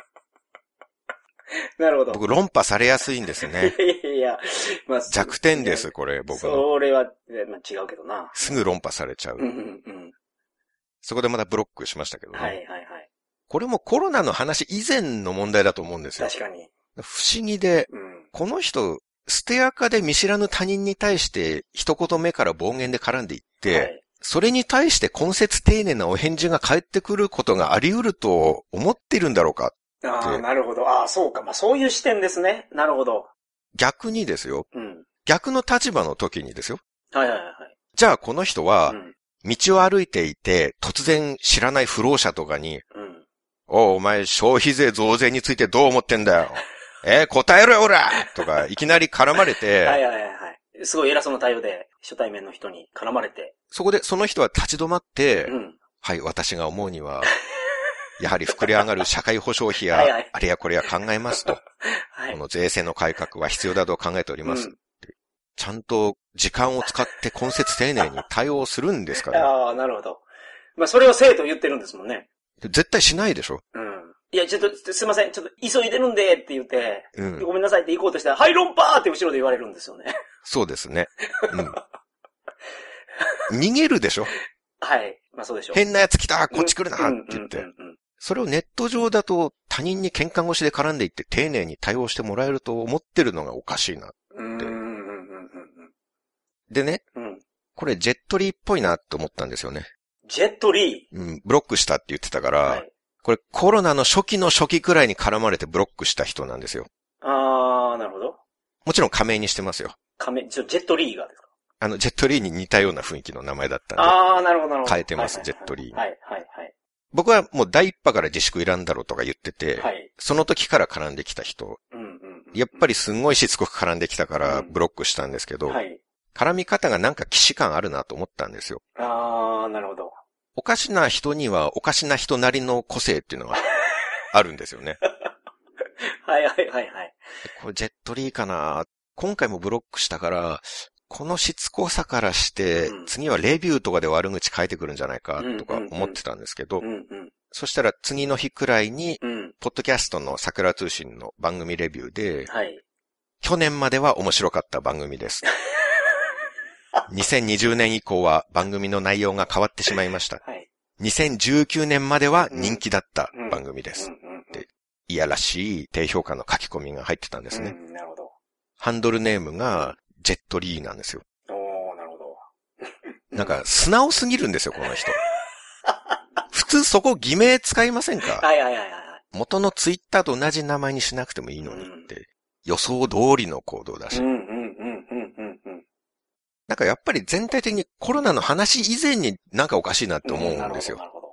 なるほど。 僕論破されやすいんですね。 いや、まあ、 弱点です、これ、僕の。 それは、まあ、違うけどな。 すぐ論破されちゃう。そこでまたブロックしましたけどね。これもコロナの話以前の問題だと思うんですよ。 確かに。 不思議で、この人、捨て垢で見知らぬ他人に対して一言目から暴言で絡んでいって、それに対して根節丁寧なお返事が返ってくることがあり得ると思ってるんだろうか。 ああ、なるほど。ああ、そうか。まあそういう視点ですね。なるほど。 逆にですよ。逆の立場の時にですよ。 はい。 じゃあこの人は、道を歩いていて、突然知らない不老者とかに、お前消費税増税についてどう思ってんだよ。答えろよ、おらとか、いきなり絡まれて。 すごい偉そうな対応で、初対面の人に絡まれて。 そこで、その人は立ち止まって、はい、私が思うには、やはり膨れ上がる社会保障費や、あれやこれや考えますと。この税制の改革は必要だと考えております。ちゃんと時間を使って根節丁寧に対応するんですから。 ああ、なるほど。まあ、それを生徒言ってるんですもんね。 絶対しないでしょ。 いや、ちょっと、すいません、ちょっと急いでるんで、って言って、ごめんなさいって行こうとしたら、はい、論破って後ろで言われるんですよね。 そうですね。逃げるでしょ。 はい。まあそうでしょう。 変なやつ来たこっち来るなって言って。それをネット上だと他人に喧嘩越しで絡んでいって丁寧に対応してもらえると思ってるのがおかしいなって。でね、これジェットリーっぽいなと思ったんですよね。 ジェットリー？ ブロックしたって言ってたから、これコロナの初期の初期くらいに絡まれてブロックした人なんですよ。 あー、なるほど。 もちろん仮名にしてますよ。 ジェットリーがですか？ ジェットリーに似たような雰囲気の名前だったんで。 あー、なるほど、なるほど。 変えてます、ジェットリー。 はい。 僕はもう第一波から自粛いらんだろうとか言ってて、その時から絡んできた人、やっぱりすんごいしつこく絡んできたからブロックしたんですけど、絡み方がなんか既視感あるなと思ったんですよ。 あー、なるほど。 おかしな人にはおかしな人なりの個性っていうのがあるんですよね。 はい。 これジェットリーかな？今回もブロックしたから、このしつこさからして、次はレビューとかで悪口書いてくるんじゃないかとか思ってたんですけど、そしたら次の日くらいに、ポッドキャストの桜通信の番組レビューで、去年までは面白かった番組です。2020年以降は番組の内容が変わってしまいました。2019年までは人気だった番組です。で、いやらしい低評価の書き込みが入ってたんですね。 なるほど。 ハンドルネームがジェットリーなんですよ。 なるほど。 なんか素直すぎるんですよ、この人。普通そこ偽名使いませんか？元のツイッターと同じ名前にしなくてもいいのにって、予想通りの行動だし。なんかやっぱり全体的にコロナの話以前になんかおかしいなって思うんですよ。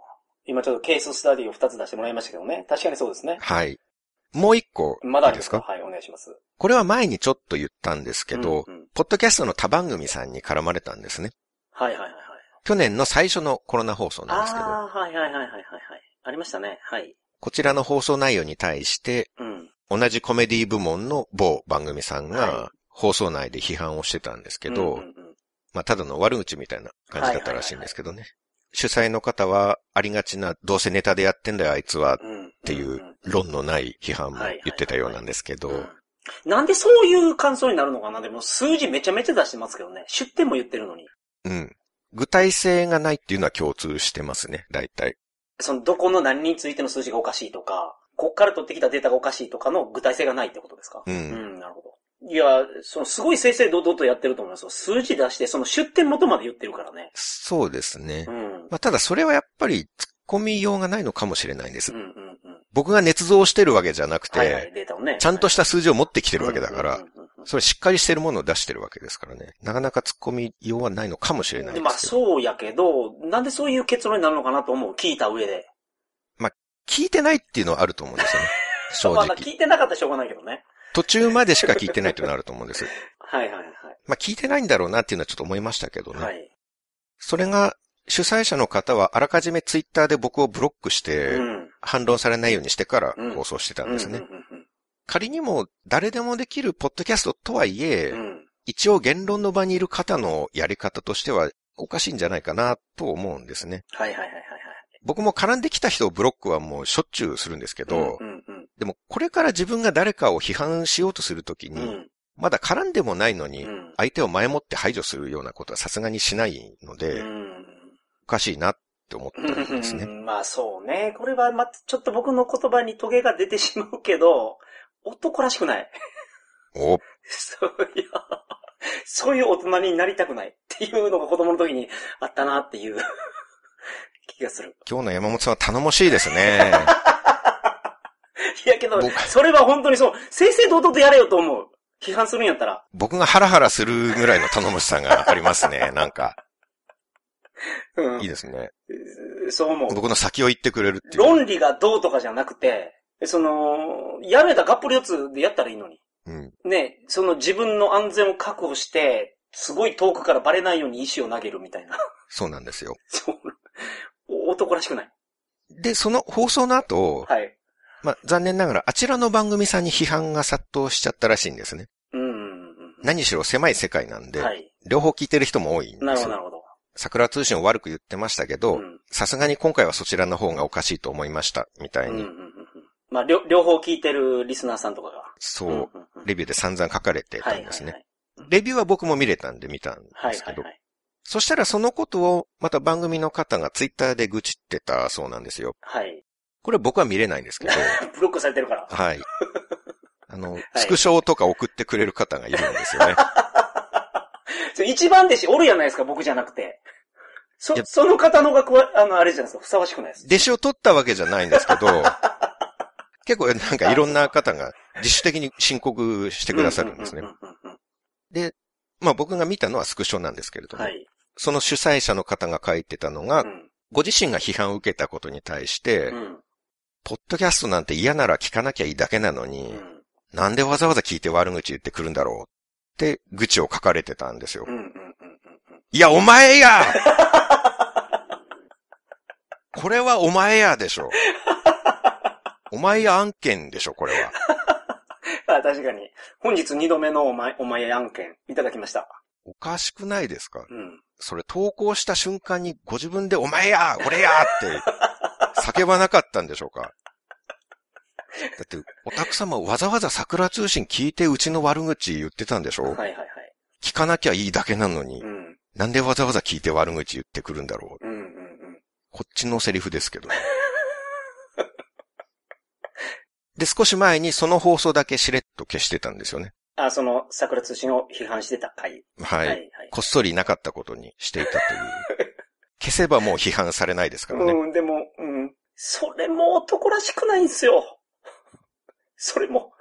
今ちょっとケーススタディを2つ出してもらいましたけどね。確かにそうですね。 はい。もう一個。 まだありますか？はい、お願いします。 これは前にちょっと言ったんですけど、ポッドキャストの他番組さんに絡まれたんですね。 はいはいはいはい。 去年の最初のコロナ放送なんですけど。 はいはいはいはいはい。ありましたね。はい。 こちらの放送内容に対して、同じコメディ部門の某番組さんが放送内で批判をしてたんですけど、まあただの悪口みたいな感じだったらしいんですけどね。主催の方はありがちなどうせネタでやってんだよあいつはっていう論のない批判も言ってたようなんですけど。 なんでそういう感想になるのかな。でも数字めちゃめちゃ出してますけどね。出典も言ってるのに。 うん。具体性がないっていうのは共通してますね、大体。 どこの何についての数字がおかしいとか、こっから取ってきたデータがおかしいとかの具体性がないってことですか？なるほど。いや、すごい正々堂々とやってると思いますよ。数字出して、出典元まで言ってるからね。 そうですね。まあ、ただそれはやっぱり突っ込みようがないのかもしれないんです。僕が捏造してるわけじゃなくて、データをね、ちゃんとした数字を持ってきてるわけだから、それしっかりしてるものを出してるわけですからね。なかなか突っ込みようはないのかもしれないですけど。 まあそうやけど、なんでそういう結論になるのかなと思う。聞いた上で。 まあ、聞いてないっていうのはあると思うんですよね。正直。 まあ聞いてなかったらしょうがないけどね。 途中までしか聞いてないっていうのはあると思うんです。 はいはいはい。 まあ聞いてないんだろうなっていうのはちょっと思いましたけどね。はい。それが、主催者の方はあらかじめツイッターで僕をブロックして、反論されないようにしてから放送してたんですね。仮にも誰でもできるポッドキャストとはいえ、一応言論の場にいる方のやり方としてはおかしいんじゃないかなと思うんですね。 はいはいはいはい。 僕も絡んできた人をブロックはもうしょっちゅうするんですけど、でもこれから自分が誰かを批判しようとするときに、まだ絡んでもないのに、相手を前もって排除するようなことはさすがにしないので、おかしいなって思ったんですね。 まあそうね。これはちょっと僕の言葉にトゲが出てしまうけど、男らしくない。そういう大人になりたくないっていうのが子供の時にあったなっていう気がする。 今日の山本さんは頼もしいですね。 いやけど、それは本当にそう、正々堂々とやれよと思う。批判するんやったら。 僕がハラハラするぐらいの頼もしさがありますね、なんか。いいですね。 そう思う。 僕の先を言ってくれるっていう。 論理がどうとかじゃなくて、やめたガップル四つでやったらいいのに。ね、自分の安全を確保して、すごい遠くからバレないように石を投げるみたいな。 そうなんですよ。 そう。男らしくない。 で、その放送の後、 はい。 まあ、残念ながらあちらの番組さんに批判が殺到しちゃったらしいんですね。何しろ狭い世界なんで、両方聞いてる人も多いんですよ。 なるほど、なるほど。 桜通信を悪く言ってましたけど、さすがに今回はそちらの方がおかしいと思いました、みたいに。 まあ、両方聞いてるリスナーさんとかが。 そう、レビューで散々書かれてたんですね。レビューは僕も見れたんで見たんですけど、そしたらそのことをまた番組の方がツイッターで愚痴ってたそうなんですよ。 はい。 これ僕は見れないんですけど。 ブロックされてるから。 はい。スクショとか送ってくれる方がいるんですよね。 一番弟子おるやないですか、僕じゃなくて。その方のがあれじゃないですか、ふさわしくないです。 弟子を取ったわけじゃないんですけど、結構なんかいろんな方が自主的に申告してくださるんですね。で、まあ僕が見たのはスクショなんですけれども、その主催者の方が書いてたのが、ご自身が批判を受けたことに対して、ポッドキャストなんて嫌なら聞かなきゃいいだけなのに、なんでわざわざ聞いて悪口言ってくるんだろうって愚痴を書かれてたんですよ。いや、お前やこれはお前やでしょ。お前や案件でしょ、これは。 あ、確かに。本日2度目のお前や案件いただきました。 おかしくないですか？それ投稿した瞬間にご自分でお前や俺やって叫ばなかったんでしょうか？だって、おたく様わざわざ桜通信聞いてうちの悪口言ってたんでしょ？聞かなきゃいいだけなのに、なんでわざわざ聞いて悪口言ってくるんだろう。こっちのセリフですけどね。で、少し前にその放送だけしれっと消してたんですよね。 あ、桜通信を批判してた回。 はい。こっそりなかったことにしていたという。消せばもう批判されないですからね。 でも、それも男らしくないんですよ。それも。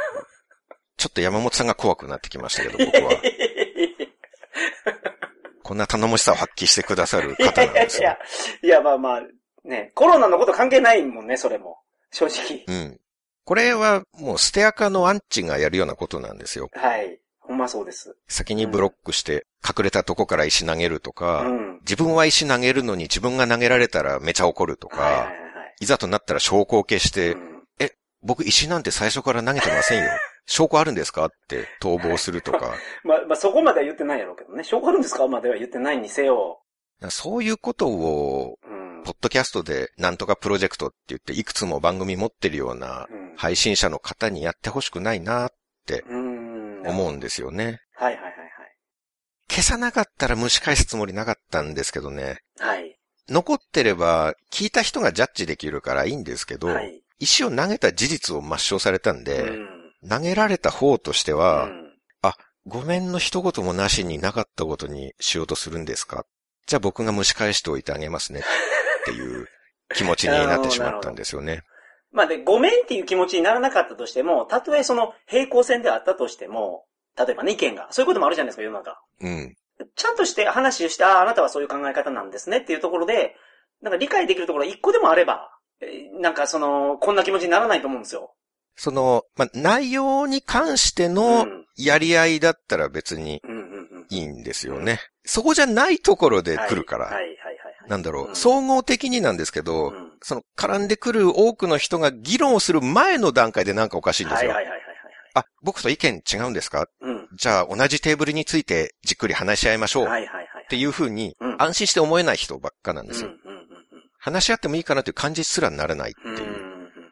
ちょっと山本さんが怖くなってきましたけど、僕は。ここんな頼もしさを発揮してくださる方なんですよ。 いや、まあまあ、ね、コロナのこと関係ないもんね、それも。正直。 うん。これはもうステアカのアンチがやるようなことなんですよ。 はい。ほんまそうです。 先にブロックして隠れたとこから石投げるとか、自分は石投げるのに自分が投げられたらめちゃ怒るとか、いざとなったら証拠を消して、僕石なんて最初から投げてませんよ。証拠あるんですかって逃亡するとか。 まあそこまでは言ってないやろうけどね。証拠あるんですかまでは言ってないにせよ。 そういうことを、ポッドキャストでなんとかプロジェクトって言っていくつも番組持ってるような配信者の方にやってほしくないなって思うんですよね。 はいはいはいはい。 消さなかったら蒸し返すつもりなかったんですけどね。 はい。 残ってれば聞いた人がジャッジできるからいいんですけど、はい、石を投げた事実を抹消されたんで、投げられた方としては、ごめんの一言もなしになかったことにしようとするんですか？じゃあ僕が蒸し返しておいてあげますねっていう気持ちになってしまったんですよね。 まあで、ごめんっていう気持ちにならなかったとしても、たとえその平行線であったとしても、例えばね、意見が。そういうこともあるじゃないですか、世の中。 うん。 ちゃんとして話をして、あなたはそういう考え方なんですねっていうところで、なんか理解できるところが一個でもあれば、なんかこんな気持ちにならないと思うんですよ。 内容に関してのやり合いだったら別にいいんですよね。そこじゃないところで来るから。なんだろう、総合的になんですけど、絡んでくる多くの人が議論をする前の段階でなんかおかしいんですよ。僕と意見違うんですか？じゃあ同じテーブルについてじっくり話し合いましょう。っていう風に安心して思えない人ばっかなんですよ。話し合ってもいいかなという感じすらならないっていう。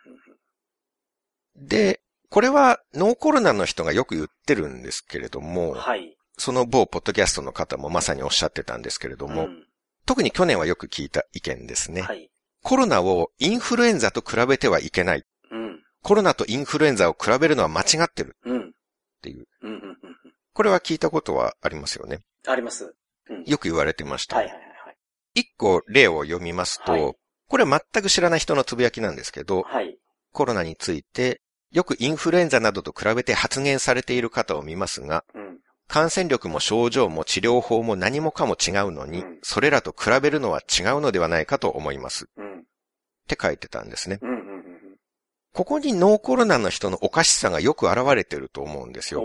で、これはノーコロナの人がよく言ってるんですけれども、その某ポッドキャストの方もまさにおっしゃってたんですけれども、特に去年はよく聞いた意見ですね。コロナをインフルエンザと比べてはいけない。コロナとインフルエンザを比べるのは間違ってる。っていう。これは聞いたことはありますよね。 あります。 よく言われてました。一個例を読みますと、これは全く知らない人のつぶやきなんですけど、コロナについてよくインフルエンザなどと比べて発言されている方を見ますが、感染力も症状も治療法も何もかも違うのに、それらと比べるのは違うのではないかと思います。って書いてたんですね。ここにノーコロナの人のおかしさがよく現れてると思うんですよ。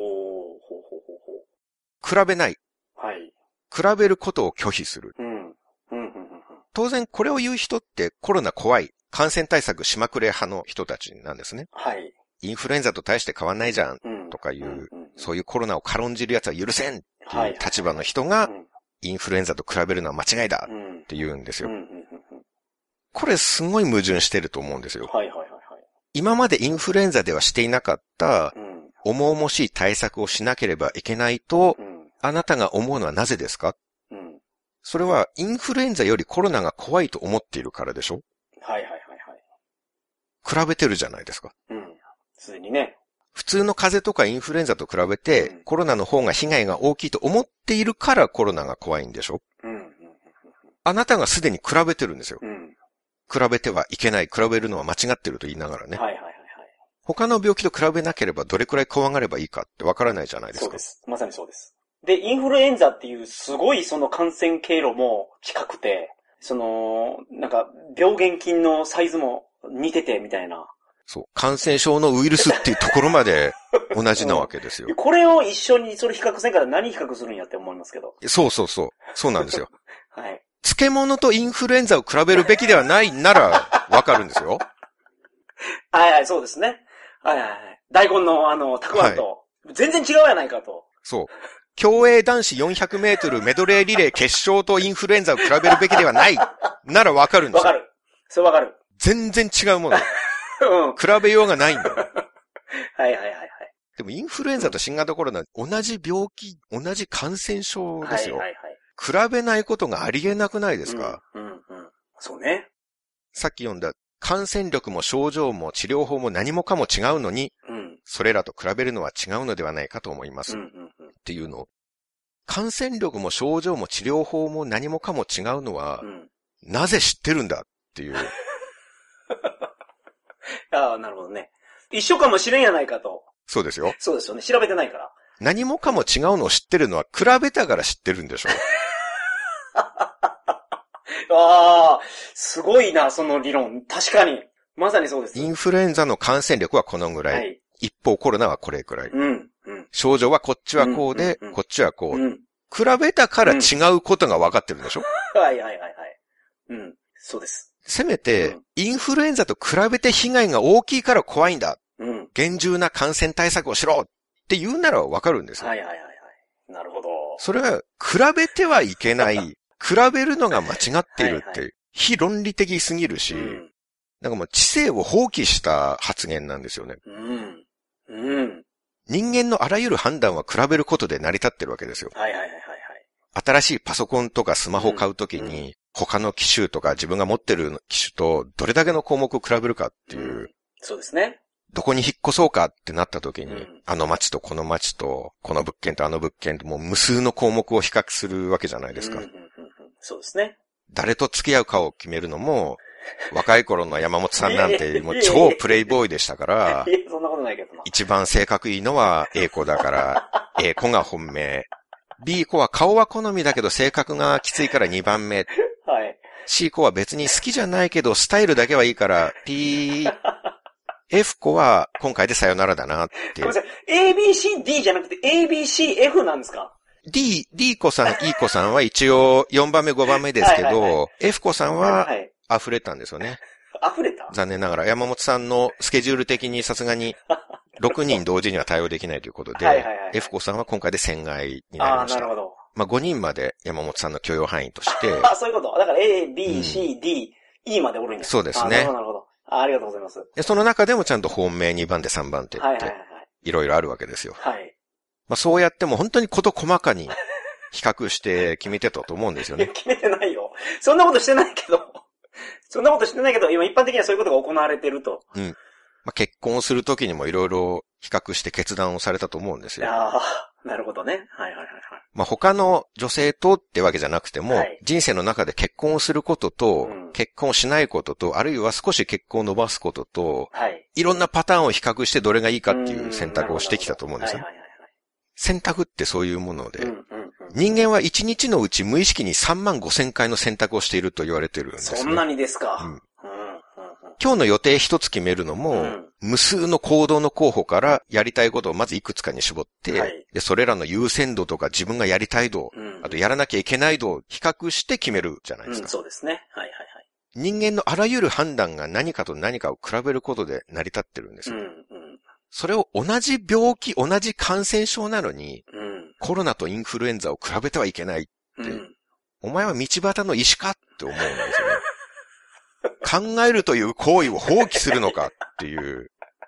比べない。比べることを拒否する。当然これを言う人ってコロナ怖い、感染対策しまくれ派の人たちなんですね。インフルエンザと大して変わんないじゃんとかいう、そういうコロナを軽んじる奴は許せんっていう立場の人が、インフルエンザと比べるのは間違いだって言うんですよ。これすごい矛盾してると思うんですよ。今までインフルエンザではしていなかった、重々しい対策をしなければいけないと、あなたが思うのはなぜですか？それはインフルエンザよりコロナが怖いと思っているからでしょ？比べてるじゃないですか。 すでにね。 普通の風邪とかインフルエンザと比べて、コロナの方が被害が大きいと思っているからコロナが怖いんでしょ？あなたがすでに比べてるんですよ。比べてはいけない、比べるのは間違ってると言いながらね。他の病気と比べなければどれくらい怖がればいいかってわからないじゃないですか。 そうです。まさにそうです。で、インフルエンザっていうすごいその感染経路も近くて、なんか病原菌のサイズも似ててみたいな。 そう。感染症のウイルスっていうところまで同じなわけですよ。 これを一緒にそれ比較せんから何比較するんやって思いますけど。 そう。そうなんですよ。漬物とインフルエンザを比べるべきではないならわかるんですよ。 そうですね。大根のたくあんと、全然違うやないかと。 そう。競泳男子400メートルメドレーリレー決勝とインフルエンザを比べるべきではないならわかるんですよ。 わかる。それわかる。 全然違うもの。比べようがないんだよ。でもインフルエンザと新型コロナ、同じ病気、同じ感染症ですよ。比べないことがありえなくないですか？ そうね。 さっき読んだ感染力も症状も治療法も何もかも違うのに、それらと比べるのは違うのではないかと思います。っていうの。感染力も症状も治療法も何もかも違うのは、なぜ知ってるんだっていう。 なるほどね。一緒かもしれんやないかと。 そうですよ。 そうですよね。調べてないから。 何もかも違うのを知ってるのは比べたから知ってるんでしょ。 ああ、すごいな、その理論。確かに。まさにそうです。 インフルエンザの感染力はこのぐらい。はい、一方コロナはこれくらい。うん。症状はこっちはこうで、こっちはこう。比べたから違うことが分かってるんでしょ、 はい。そうです。 せめて、インフルエンザと比べて被害が大きいから怖いんだ。厳重な感染対策をしろって言うなら分かるんですよ。 はい。なるほど。 それは、比べてはいけない。比べるのが間違っているって、非論理的すぎるし、なんかもう知性を放棄した発言なんですよね。人間のあらゆる判断は比べることで成り立ってるわけですよ。新しいパソコンとかスマホを買うときに、他の機種とか自分が持ってる機種とどれだけの項目を比べるかっていう。 そうですね。 どこに引っ越そうかってなったときに、あの街とこの街と、この物件とあの物件ともう無数の項目を比較するわけじゃないですか。 そうですね。 誰と付き合うかを決めるのも、若い頃の山本さんなんてもう超プレイボーイでしたから、 そんなことないけどな。 一番性格いいのは A 子だから、A 子が本命。B 子は顔は好みだけど性格がきついから2番目。 はい。 C 子は別に好きじゃないけどスタイルだけはいいから F 子は今回でさよならだなって。 ごめんなさい。ABCD じゃなくて ABCF なんですか？ D 子さん、E 子さんは一応4番目5番目ですけど、F 子さんは溢れたんですよね。 溢れた？ 残念ながら山本さんのスケジュール的にさすがに6人同時には対応できないということで、F 子さんは今回で1000外になりました。 なるほど。 まあ5人まで山本さんの許容範囲として。 そういうこと。だから A, B, C, D, E までおるんです。 そうですね。 なるほど。ありがとうございます。 で、その中でもちゃんと本命2番手3番手って、いろいろあるわけですよ。 はい。 まあそうやっても本当に事細かに比較して決めてたと思うんですよね。 決めてないよ。そんなことしてないけど、今一般的にはそういうことが行われていると。 まあ、結婚するときにもいろいろ比較して決断をされたと思うんですよ。 なるほどね。はい。 まあ、他の女性とってわけじゃなくても、人生の中で結婚をすることと、結婚をしないことと、あるいは少し結婚を伸ばすことと、いろんなパターンを比較してどれがいいかっていう選択をしてきたと思うんですよ。選択ってそういうもので、人間は1日のうち無意識に35,000回の選択をしていると言われてるんですね。 そんなにですか。 今日の予定一つ決めるのも、無数の行動の候補からやりたいことをまずいくつかに絞って、で、それらの優先度とか自分がやりたい度、あとやらなきゃいけない度を比較して決めるじゃないですか。 そうですね。 人間のあらゆる判断が何かと何かを比べることで成り立ってるんですよ。それを同じ病気、同じ感染症なのに、コロナとインフルエンザを比べてはいけないって、お前は道端の石かって思うんですよね。考えるという行為を放棄するのかっていう。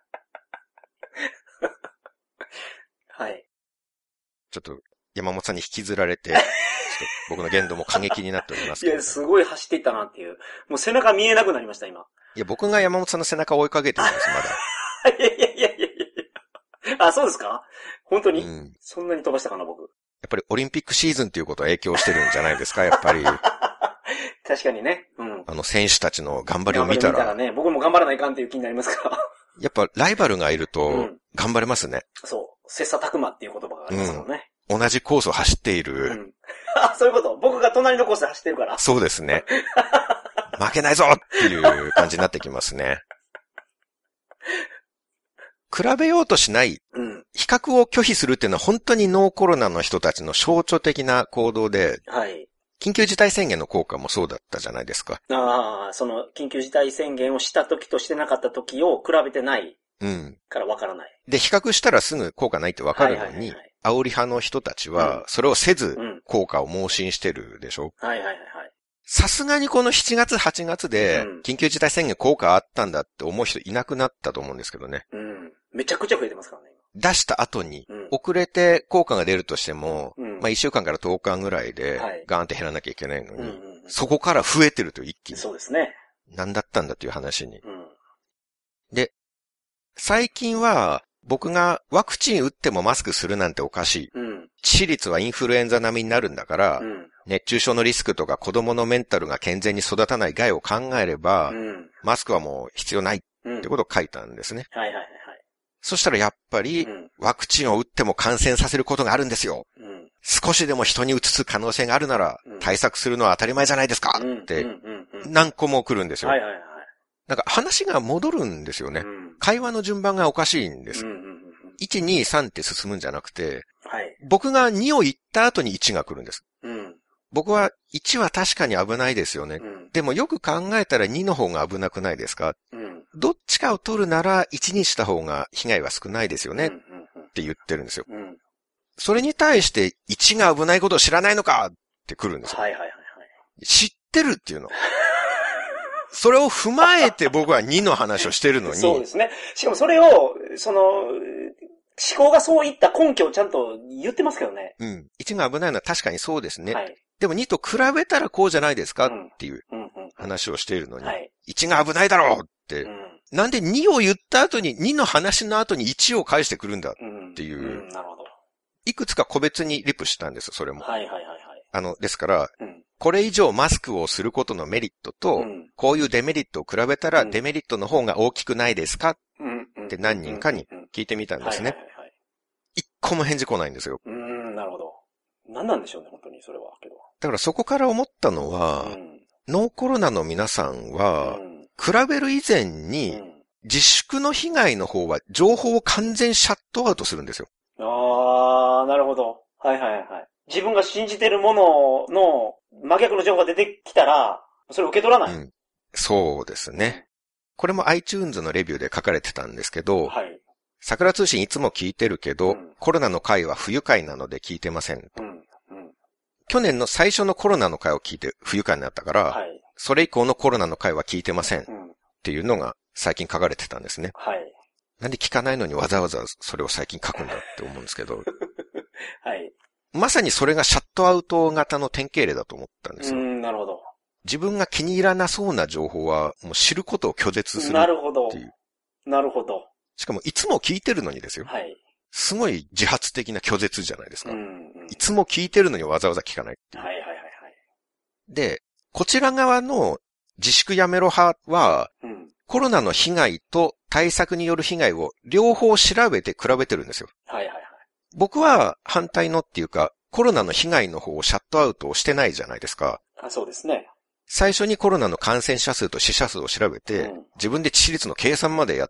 はい。 ちょっと山本さんに引きずられて、ちょっと僕の言動も過激になっておりますけど。 いや、すごい走っていったなっていう。もう背中見えなくなりました、今。 いや、僕が山本さんの背中を追いかけてるんです、まだ。 いや。そうですか？本当に、そんなに飛ばしたかな、僕。やっぱりオリンピックシーズンっていうことは影響してるんじゃないですか、やっぱり。 確かにね。 選手たちの頑張りを見たら。 ね、僕も頑張らないかんっていう気になりますから。 やっぱライバルがいると、頑張れますね。 そう。切磋琢磨っていう言葉がありますからね。 同じコースを走っている。 そういうこと。僕が隣のコースで走ってるから。 そうですね。負けないぞっていう感じになってきますね。比べようとしない。比較を拒否するっていうのは本当にノーコロナの人たちの象徴的な行動で。はい。緊急事態宣言の効果もそうだったじゃないですか。 その緊急事態宣言をした時としてなかった時を比べてないからわからない。 で、比較したらすぐ効果ないってわかるのに、煽り派の人たちはそれをせず効果を盲信してるでしょ。さすがにこの7月8月で緊急事態宣言効果あったんだって思う人いなくなったと思うんですけどね。 めちゃくちゃ増えてますからね。 出した後に、遅れて効果が出るとしても、まあ1週間から10日ぐらいで、ガーンって減らなきゃいけないのに、そこから増えてると一気に。 そうですね。 何だったんだという話に。で、最近は、僕がワクチン打ってもマスクするなんておかしい。致死率はインフルエンザ並みになるんだから、熱中症のリスクとか子供のメンタルが健全に育たない害を考えれば、マスクはもう必要ないってことを書いたんですね。そしたらやっぱり、ワクチンを打っても感染させることがあるんですよ。 少しでも人に移す可能性があるなら、対策するのは当たり前じゃないですかって、何個も来るんですよ。なんか話が戻るんですよね。会話の順番がおかしいんです。1、2、3って進むんじゃなくて、僕が2を言った後に1が来るんです。僕は1は確かに危ないですよね。でもよく考えたら2の方が危なくないですか、どっちかを取るなら1にした方が被害は少ないですよねって言ってるんですよ。それに対して1が危ないことを知らないのかって来るんですよ。知ってるっていうの。それを踏まえて僕は2の話をしてるのに。 そうですね。しかもそれを、思考がそういった根拠をちゃんと言ってますけどね。 1が危ないのは確かにそうですね。でも2と比べたらこうじゃないですかっていう話をしているのに、1が危ないだろうって、なんで2を言った後に、2の話の後に1を返してくるんだっていう、いくつか個別にリプしたんです、それも。ですから、これ以上マスクをすることのメリットと、こういうデメリットを比べたらデメリットの方が大きくないですかって何人かに聞いてみたんですね。一個も返事来ないんですよ。 なるほど。何なんでしょうね、本当にそれは。 だからそこから思ったのは、ノーコロナの皆さんは、比べる以前に、自粛の被害の方は情報を完全シャットアウトするんですよ。 なるほど。自分が信じてるものの真逆の情報が出てきたら、それを受け取らない。 そうですね。これも iTunes のレビューで書かれてたんですけど、桜通信いつも聞いてるけど、コロナの回は不愉快なので聞いてません。去年の最初のコロナの回を聞いて不愉快になったから、それ以降のコロナの回は聞いてませんっていうのが最近書かれてたんですね。なんで聞かないのにわざわざそれを最近書くんだって思うんですけど、まさにそれがシャットアウト型の典型例だと思ったんですよ。 なるほど。 自分が気に入らなそうな情報はもう知ることを拒絶するっていう。なるほど。 なるほど。 しかもいつも聞いてるのにですよ。すごい自発的な拒絶じゃないですか。いつも聞いてるのにわざわざ聞かないっていう。で、こちら側の自粛やめろ派は、コロナの被害と対策による被害を両方調べて比べてるんですよ。僕は反対のっていうか、コロナの被害の方をシャットアウトをしてないじゃないですか。 そうですね。 最初にコロナの感染者数と死者数を調べて、自分で致死率の計算までやって、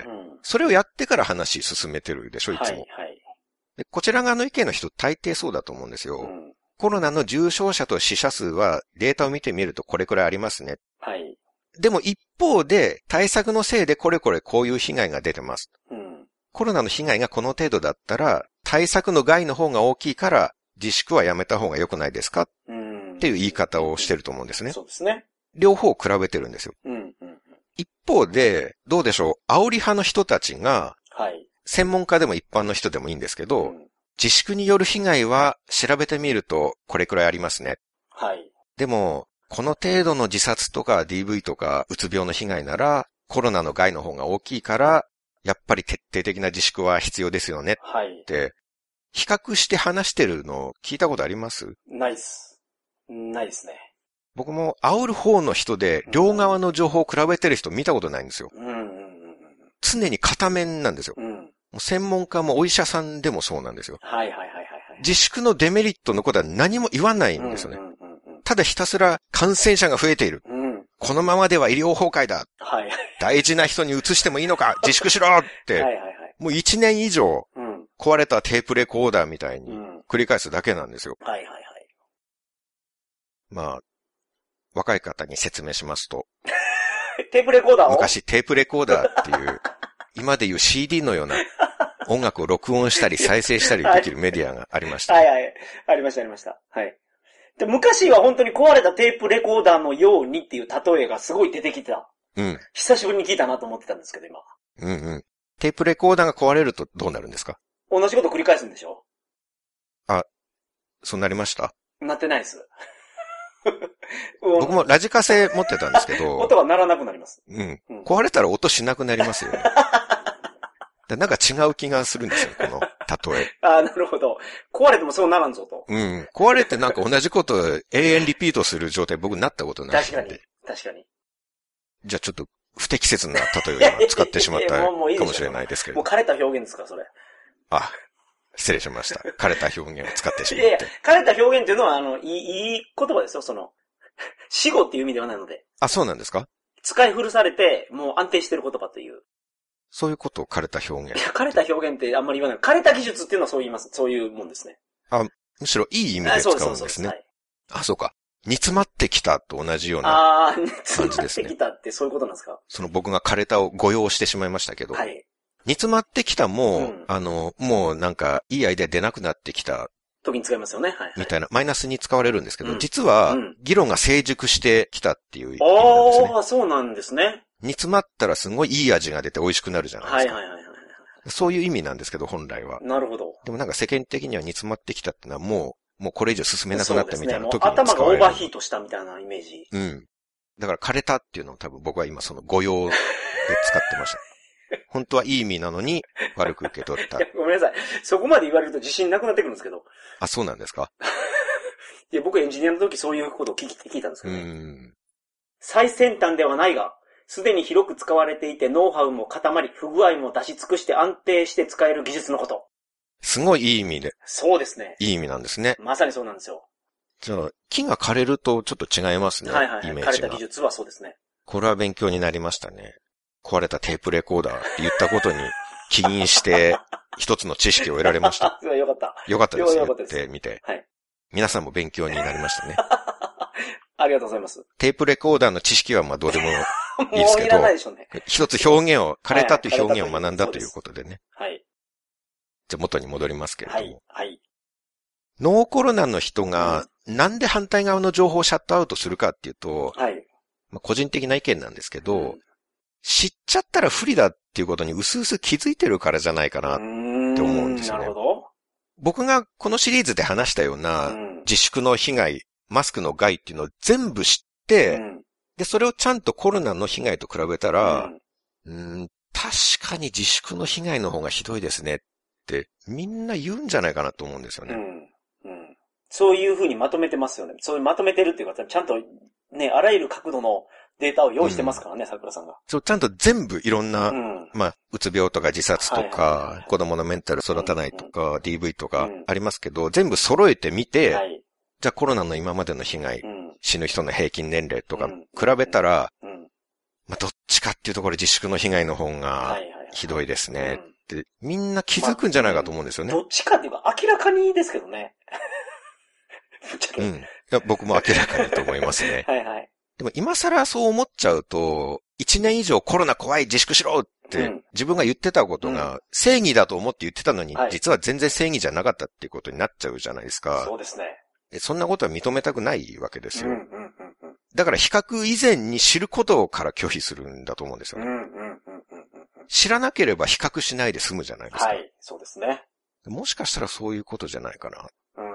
それをやってから話進めてるでしょ、いつも。でこちら側の意見の人大抵そうだと思うんですよ。コロナの重症者と死者数はデータを見てみるとこれくらいありますね。でも一方で対策のせいでこれこういう被害が出てます。コロナの被害がこの程度だったら対策の害の方が大きいから自粛はやめた方が良くないですかっていう言い方をしてると思うんですね。 そうですね。 両方を比べてるんですよ。一方で、どうでしょう、煽り派の人たちが、専門家でも一般の人でもいいんですけど、自粛による被害は調べてみるとこれくらいありますね。でも、この程度の自殺とか DV とかうつ病の被害ならコロナの害の方が大きいから、やっぱり徹底的な自粛は必要ですよねって、比較して話してるの聞いたことあります？ ないっす。ないですね。 僕も煽る方の人で両側の情報を比べてる人見たことないんですよ。常に片面なんですよ。もう専門家もお医者さんでもそうなんですよ。自粛のデメリットのことは何も言わないんですよね。ただひたすら感染者が増えている。このままでは医療崩壊だ。大事な人に移してもいいのか自粛しろって、もう1年以上壊れたテープレコーダーみたいに繰り返すだけなんですよ。まあ、若い方に説明しますと。 テープレコーダーを昔テープレコーダーっていう、今でいう CD のような音楽を録音したり再生したりできるメディアがありました。 ありました。で、昔は本当に壊れたテープレコーダーのようにっていう例えがすごい出てきてた。久しぶりに聞いたなと思ってたんですけど、今。 テープレコーダーが壊れるとどうなるんですか？ 同じこと繰り返すんでしょ？ そうなりました？ なってないです。 僕もラジカセ持ってたんですけど。 音が鳴らなくなります。 壊れたら音しなくなりますよね。なんか違う気がするんですよ、この例え。 なるほど。壊れてもそうならんぞと。 壊れてなんか同じことを永遠リピートする状態僕なったことないんで。 確かに。 じゃあちょっと不適切な例えを今使ってしまったかもしれないですけど。 もう枯れた表現ですか、それ。 失礼しました。枯れた表現を使ってしまって。 いやいや、枯れた表現っていうのは、いい言葉ですよ、死語っていう意味ではないので。 あ、そうなんですか？ 使い古されて、もう安定してる言葉という。 そういうことを枯れた表現。 いや、枯れた表現ってあんまり言わない。枯れた技術っていうのはそう言います。そういうもんですね。 あ、むしろいい意味で使うんですね。はい、あ、そうか。煮詰まってきたと同じような感じですね。煮詰まってきたってそういうことなんですか？ 僕が枯れたを誤用してしまいましたけど。はい。煮詰まってきたも、もうなんかいいアイデア出なくなってきた。 時に使いますよね。はい、はい。 みたいな、マイナスに使われるんですけど、実は、議論が成熟してきたっていう意味なんですね。 ああ、そうなんですね。 煮詰まったらすごいいい味が出て美味しくなるじゃないですか。はいはいはい。そういう意味なんですけど、本来は。 なるほど。 でもなんか世間的には煮詰まってきたってのはもうこれ以上進めなくなったみたいな時に使われる。頭がオーバーヒートしたみたいなイメージ。 うん。だから枯れたっていうのを多分僕は今誤用で使ってました。本当はいい意味なのに悪く受け取った。 いや、ごめんなさい。そこまで言われると自信なくなってくるんですけど。 あ、そうなんですか？ いや、僕エンジニアの時そういうことを聞いたんですけど、ね。最先端ではないが、すでに広く使われていてノウハウも固まり、不具合も出し尽くして安定して使える技術のこと。 すごいいい意味で。 そうですね。 いい意味なんですね。 まさにそうなんですよ。 じゃあ、木が枯れるとちょっと違いますね。はいはい、はい。イメージが。 枯れた技術はそうですね。 これは勉強になりましたね。壊れたテープレコーダーって言ったことに起因して一つの知識を得られました。 よかった。 よかったですね。って見て。はい。皆さんも勉強になりましたね。 ありがとうございます。 テープレコーダーの知識はまあどうでもいいですけど、 もういらないでしょうね。 一つ表現を、枯れたという表現を学んだということでね。 はい。 じゃあ元に戻りますけれども。 はい。はい。 ノーコロナの人がなんで反対側の情報をシャットアウトするかっていうと、はい。まあ個人的な意見なんですけど、知っちゃったら不利だっていうことに薄々気づいてるからじゃないかなって思うんですよね。 なるほど。 僕がこのシリーズで話したような自粛の被害、マスクの害っていうのを全部知って、で、それをちゃんとコロナの被害と比べたら、確かに自粛の被害の方がひどいですねってみんな言うんじゃないかなと思うんですよね。 そういう風にまとめてますよね。そういうまとめてるっていうか、ちゃんとね、あらゆる角度のデータを用意してますからね、桜さんが。 そう、ちゃんと全部いろんな、まあ、うつ病とか自殺とか、子供のメンタル育たないとか、DV とかありますけど、全部揃えてみて、じゃあコロナの今までの被害、死ぬ人の平均年齢とか比べたら、まあ、どっちかっていうところ自粛の被害の方がひどいですねってみんな気づくんじゃないかと思うんですよね。 どっちかっていうか明らかにですけどね。 いや僕も明らかにと思いますね。 はいはい。 でも今更そう思っちゃうと、1年以上コロナ怖い自粛しろって自分が言ってたことが正義だと思って言ってたのに、実は全然正義じゃなかったっていうことになっちゃうじゃないですか。 そうですね。 そんなことは認めたくないわけですよ。だから比較以前に知ることから拒否するんだと思うんですよね。知らなければ比較しないで済むじゃないですか。 はい、そうですね。 もしかしたらそういうことじゃないかなって。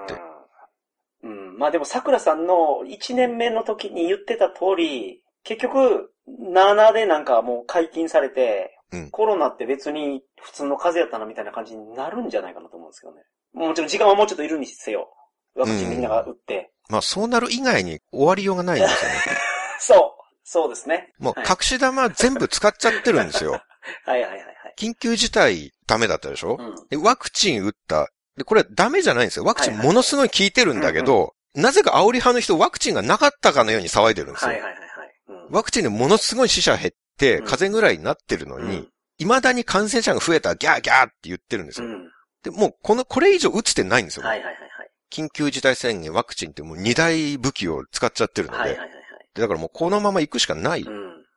まあでも桜さんの1年目の時に言ってた通り、結局、7でなんかもう解禁されて、コロナって別に普通の風邪やったなみたいな感じになるんじゃないかなと思うんですけどね。もちろん時間はもうちょっといるにせよ。ワクチンみんなが打って。 まあそうなる以外に終わりようがないんですよね。 そうですね。 もう隠し玉全部使っちゃってるんですよ。 はいはいはい。 緊急事態ダメだったでしょ、でワクチン打った。で、これダメじゃないんですよ。ワクチンものすごい効いてるんだけど、なぜか煽り派の人ワクチンがなかったかのように騒いでるんですよ。ワクチンでものすごい死者減って、風邪ぐらいになってるのに、未だに感染者が増えたギャーギャーって言ってるんですよ。で、もうこれ以上打つてないんですよ。緊急事態宣言ワクチンってもう2大武器を使っちゃってるので。だからもうこのまま行くしかない。ちょ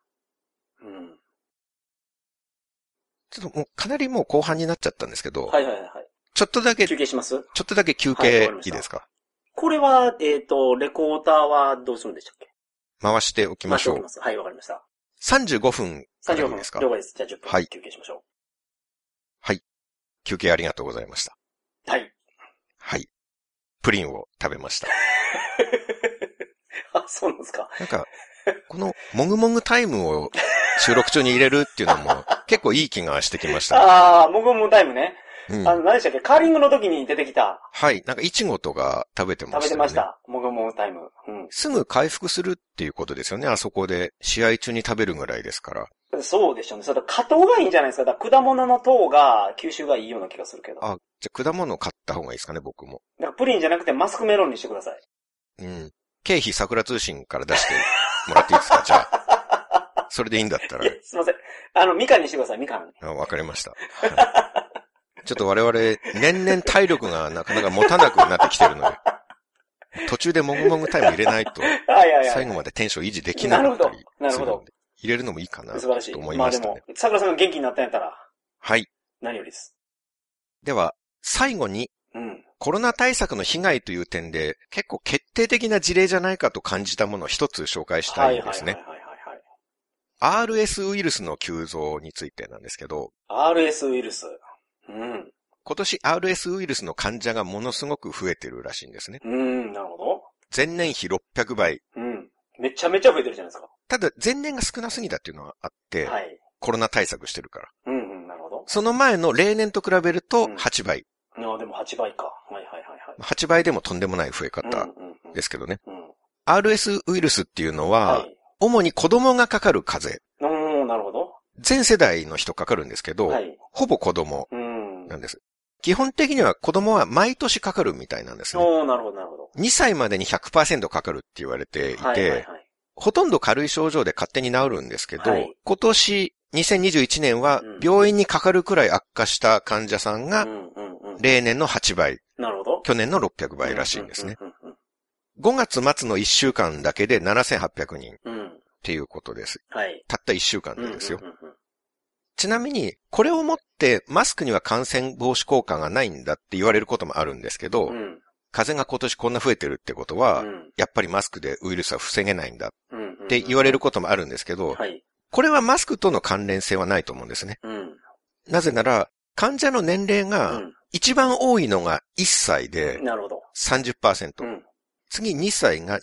っともうかなりもう後半になっちゃったんですけど。ちょっとだけ。 休憩します？ ちょっとだけ休憩いいですか？ これは、レコーダーはどうするんでしたっけ？ 回しておきましょう。 はい、わかりました。 35分からいいですか？ 了解です。じゃあ10分休憩しましょう。 はい。休憩ありがとうございました。 はい。 はい。プリンを食べました。 あ、そうなんですか。 なんか、このもぐもぐタイムを収録中に入れるっていうのも結構いい気がしてきました、ね。 ああ、もぐもぐタイムね。何でしたっけ？カーリングの時に出てきた。 はい。なんかイチゴとか食べてましたね。 食べてました。もぐもぐタイム。 すぐ回復するっていうことですよね。あそこで試合中に食べるぐらいですから。 そうでしょうね。それ果糖がいいんじゃないですか。だから果物の糖が吸収がいいような気がするけど。 あ、じゃあ果物を買った方がいいですかね、僕も。 だからプリンじゃなくてマスクメロンにしてください。 うん。経費桜通信から出してもらっていいですか、じゃあ。それでいいんだったら。 すいません。みかんにしてください、みかん。 わかりました。はい、ちょっと我々、年々体力がなかなか持たなくなってきてるので。途中でもぐもぐタイム入れないと、最後までテンション維持できなかったりするので。 なるほど。 入れるのもいいかなと思いまましたね。 あでも、桜さんが元気になったんやったら。 はい。 何よりです。 では、最後に、コロナ対策の被害という点で、結構決定的な事例じゃないかと感じたものを一つ紹介したいんですね。RS ウイルスの急増についてなんですけど。 RS ウイルス。 今年 RS ウイルスの患者がものすごく増えてるらしいんですね。 なるほど。 前年比600倍。 めちゃめちゃ増えてるじゃないですか。 ただ前年が少なすぎたっていうのはあって、コロナ対策してるから。 なるほど。 その前の例年と比べると8倍。 でも8倍か。 8倍でもとんでもない増え方ですけどね。RS ウイルスっていうのは、主に子供がかかる風邪。 なるほど。 全世代の人かかるんですけど、ほぼ子供なんです。基本的には子供は毎年かかるみたいなんですね。 なるほど、なるほど。 2歳までに 100% かかるって言われていて、ほとんど軽い症状で勝手に治るんですけど、今年2021年は病院にかかるくらい悪化した患者さんが例年の8倍、去年の600倍らしいんですね。5月末の1週間だけで7800人っていうことです。たった1週間でですよ。ちなみに、これをもってマスクには感染防止効果がないんだって言われることもあるんですけど、風邪が今年こんな増えてるってことは、やっぱりマスクでウイルスは防げないんだって言われることもあるんですけど、これはマスクとの関連性はないと思うんですね。なぜなら、患者の年齢が一番多いのが1歳で 30%、次2歳が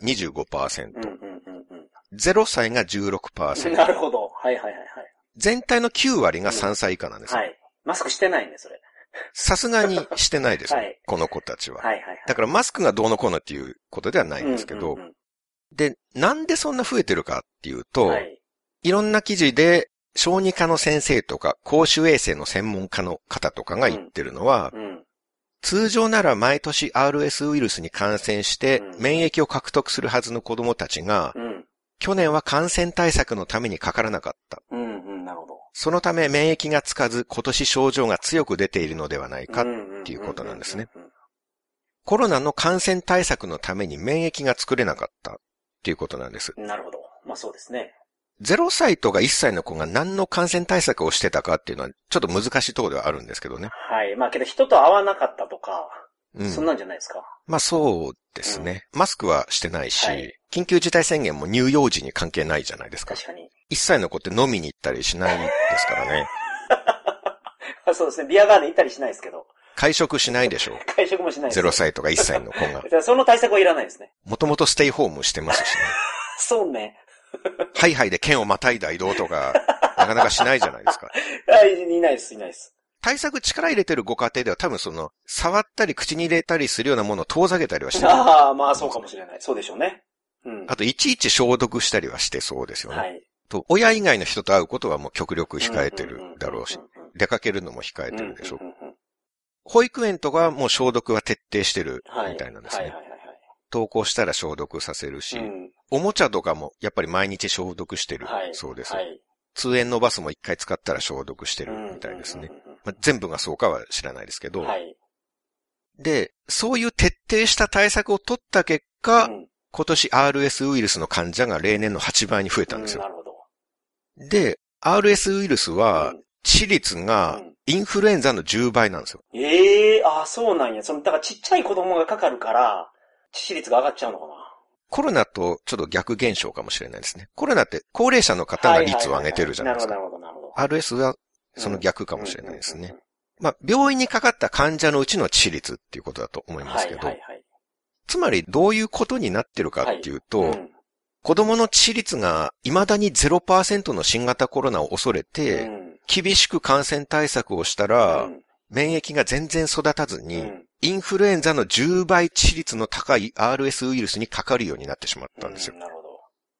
25%、0歳が 16%。 なるほど。 全体の9割が3歳以下なんです。 マスクしてないんで、それ。 さすがにしてないですよ、この子たちは。だからマスクがどうのこうのっていうことではないんですけど、で、なんでそんな増えてるかっていうと、いろんな記事で小児科の先生とか公衆衛生の専門家の方とかが言ってるのは、通常なら毎年 RS ウイルスに感染して免疫を獲得するはずの子供たちが、去年は感染対策のためにかからなかった。そのため免疫がつかず今年症状が強く出ているのではないかっていうことなんですね。コロナの感染対策のために免疫が作れなかったっていうことなんです。 なるほど。まあそうですね。 0歳とか1歳の子が何の感染対策をしてたかっていうのはちょっと難しいところではあるんですけどね。 まあけど人と会わなかったとか、そんなんじゃないですか。 まあそうですね。マスクはしてないし、緊急事態宣言も乳幼児に関係ないじゃないですか。 確かに。 1歳の子って飲みに行ったりしないですからね。 そうですね。ビアガーデン行ったりしないですけど。 会食しないでしょう。 会食もしないです。 0歳とか1歳の子が。その対策はいらないですね。 もともとステイホームしてますしね。 そうね。 ハイハイで県をまたいだ移動とか、なかなかしないじゃないですか。 いないです。 対策力入れてるご家庭では多分触ったり口に入れたりするようなものを遠ざけたりはしてる。 まあそうかもしれない。そうでしょうね。 あといちいち消毒したりはしてそうですよね。と、親以外の人と会うことはもう極力控えてるだろうし、出かけるのも控えてるでしょう。保育園とかはもう消毒は徹底してるみたいなんですね。登校したら消毒させるし、おもちゃとかもやっぱり毎日消毒してるそうです。通園のバスも一回使ったら消毒してるみたいですね。全部がそうかは知らないですけど。で、そういう徹底した対策を取った結果、今年 RS ウイルスの患者が例年の8倍に増えたんですよ。で、RS ウイルスは致率がインフルエンザの10倍なんですよ。 そうなんや。だからちっちゃい子供がかかるから、致死率が上がっちゃうのかな。 コロナとちょっと逆現象かもしれないですね。コロナって高齢者の方が率を上げてるじゃないですか。 なるほど。 RS はその逆かもしれないですね。まあ、病院にかかった患者のうちの致死率っていうことだと思いますけど、つまりどういうことになってるかっていうと、子供の致死率が未だに 0% の新型コロナを恐れて、厳しく感染対策をしたら、免疫が全然育たずに、インフルエンザの10倍致死率の高い RS ウイルスにかかるようになってしまったんですよ。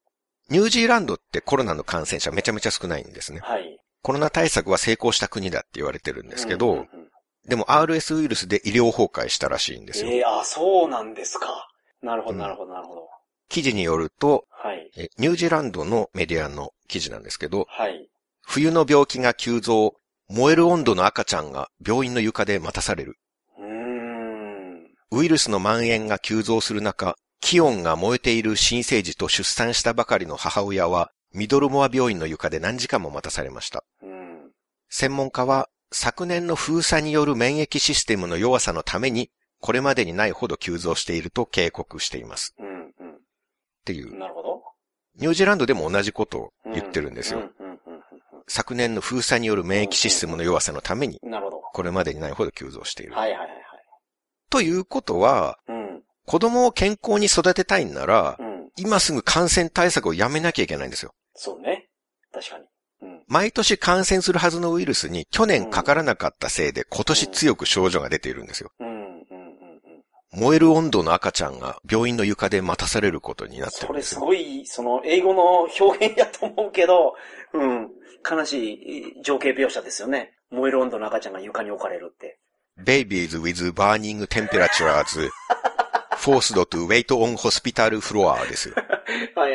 ニュージーランドってコロナの感染者めちゃめちゃ少ないんですね。 はい。 コロナ対策は成功した国だって言われてるんですけど、でも RS ウイルスで医療崩壊したらしいんですよ。 そうなんですか。なるほど、なるほど、なるほど。 記事によると、 はい。 ニュージーランドのメディアの記事なんですけど、 はい。 冬の病気が急増、燃える温度の赤ちゃんが病院の床で待たされる。ウイルスの蔓延が急増する中、気温が燃えている新生児と出産したばかりの母親は、ミドルモア病院の床で何時間も待たされました。専門家は、昨年の封鎖による免疫システムの弱さのために、これまでにないほど急増していると警告しています。っていう。 なるほど。 ニュージーランドでも同じことを言ってるんですよ。昨年の封鎖による免疫システムの弱さのために、これまでにないほど急増している。 はいはいはいはい。 ということは、子供を健康に育てたいんなら、今すぐ感染対策をやめなきゃいけないんですよ。 そうね。確かに。 毎年感染するはずのウイルスに去年かからなかったせいで今年強く症状が出ているんですよ。燃える温度の赤ちゃんが病院の床で待たされることになってるんですよ。 それすごい、英語の表現やと思うけど、悲しい情景描写ですよね。燃える温度の赤ちゃんが床に置かれるって。 Babies with burning temperatures forced to wait on hospital floor ですよ。 はい。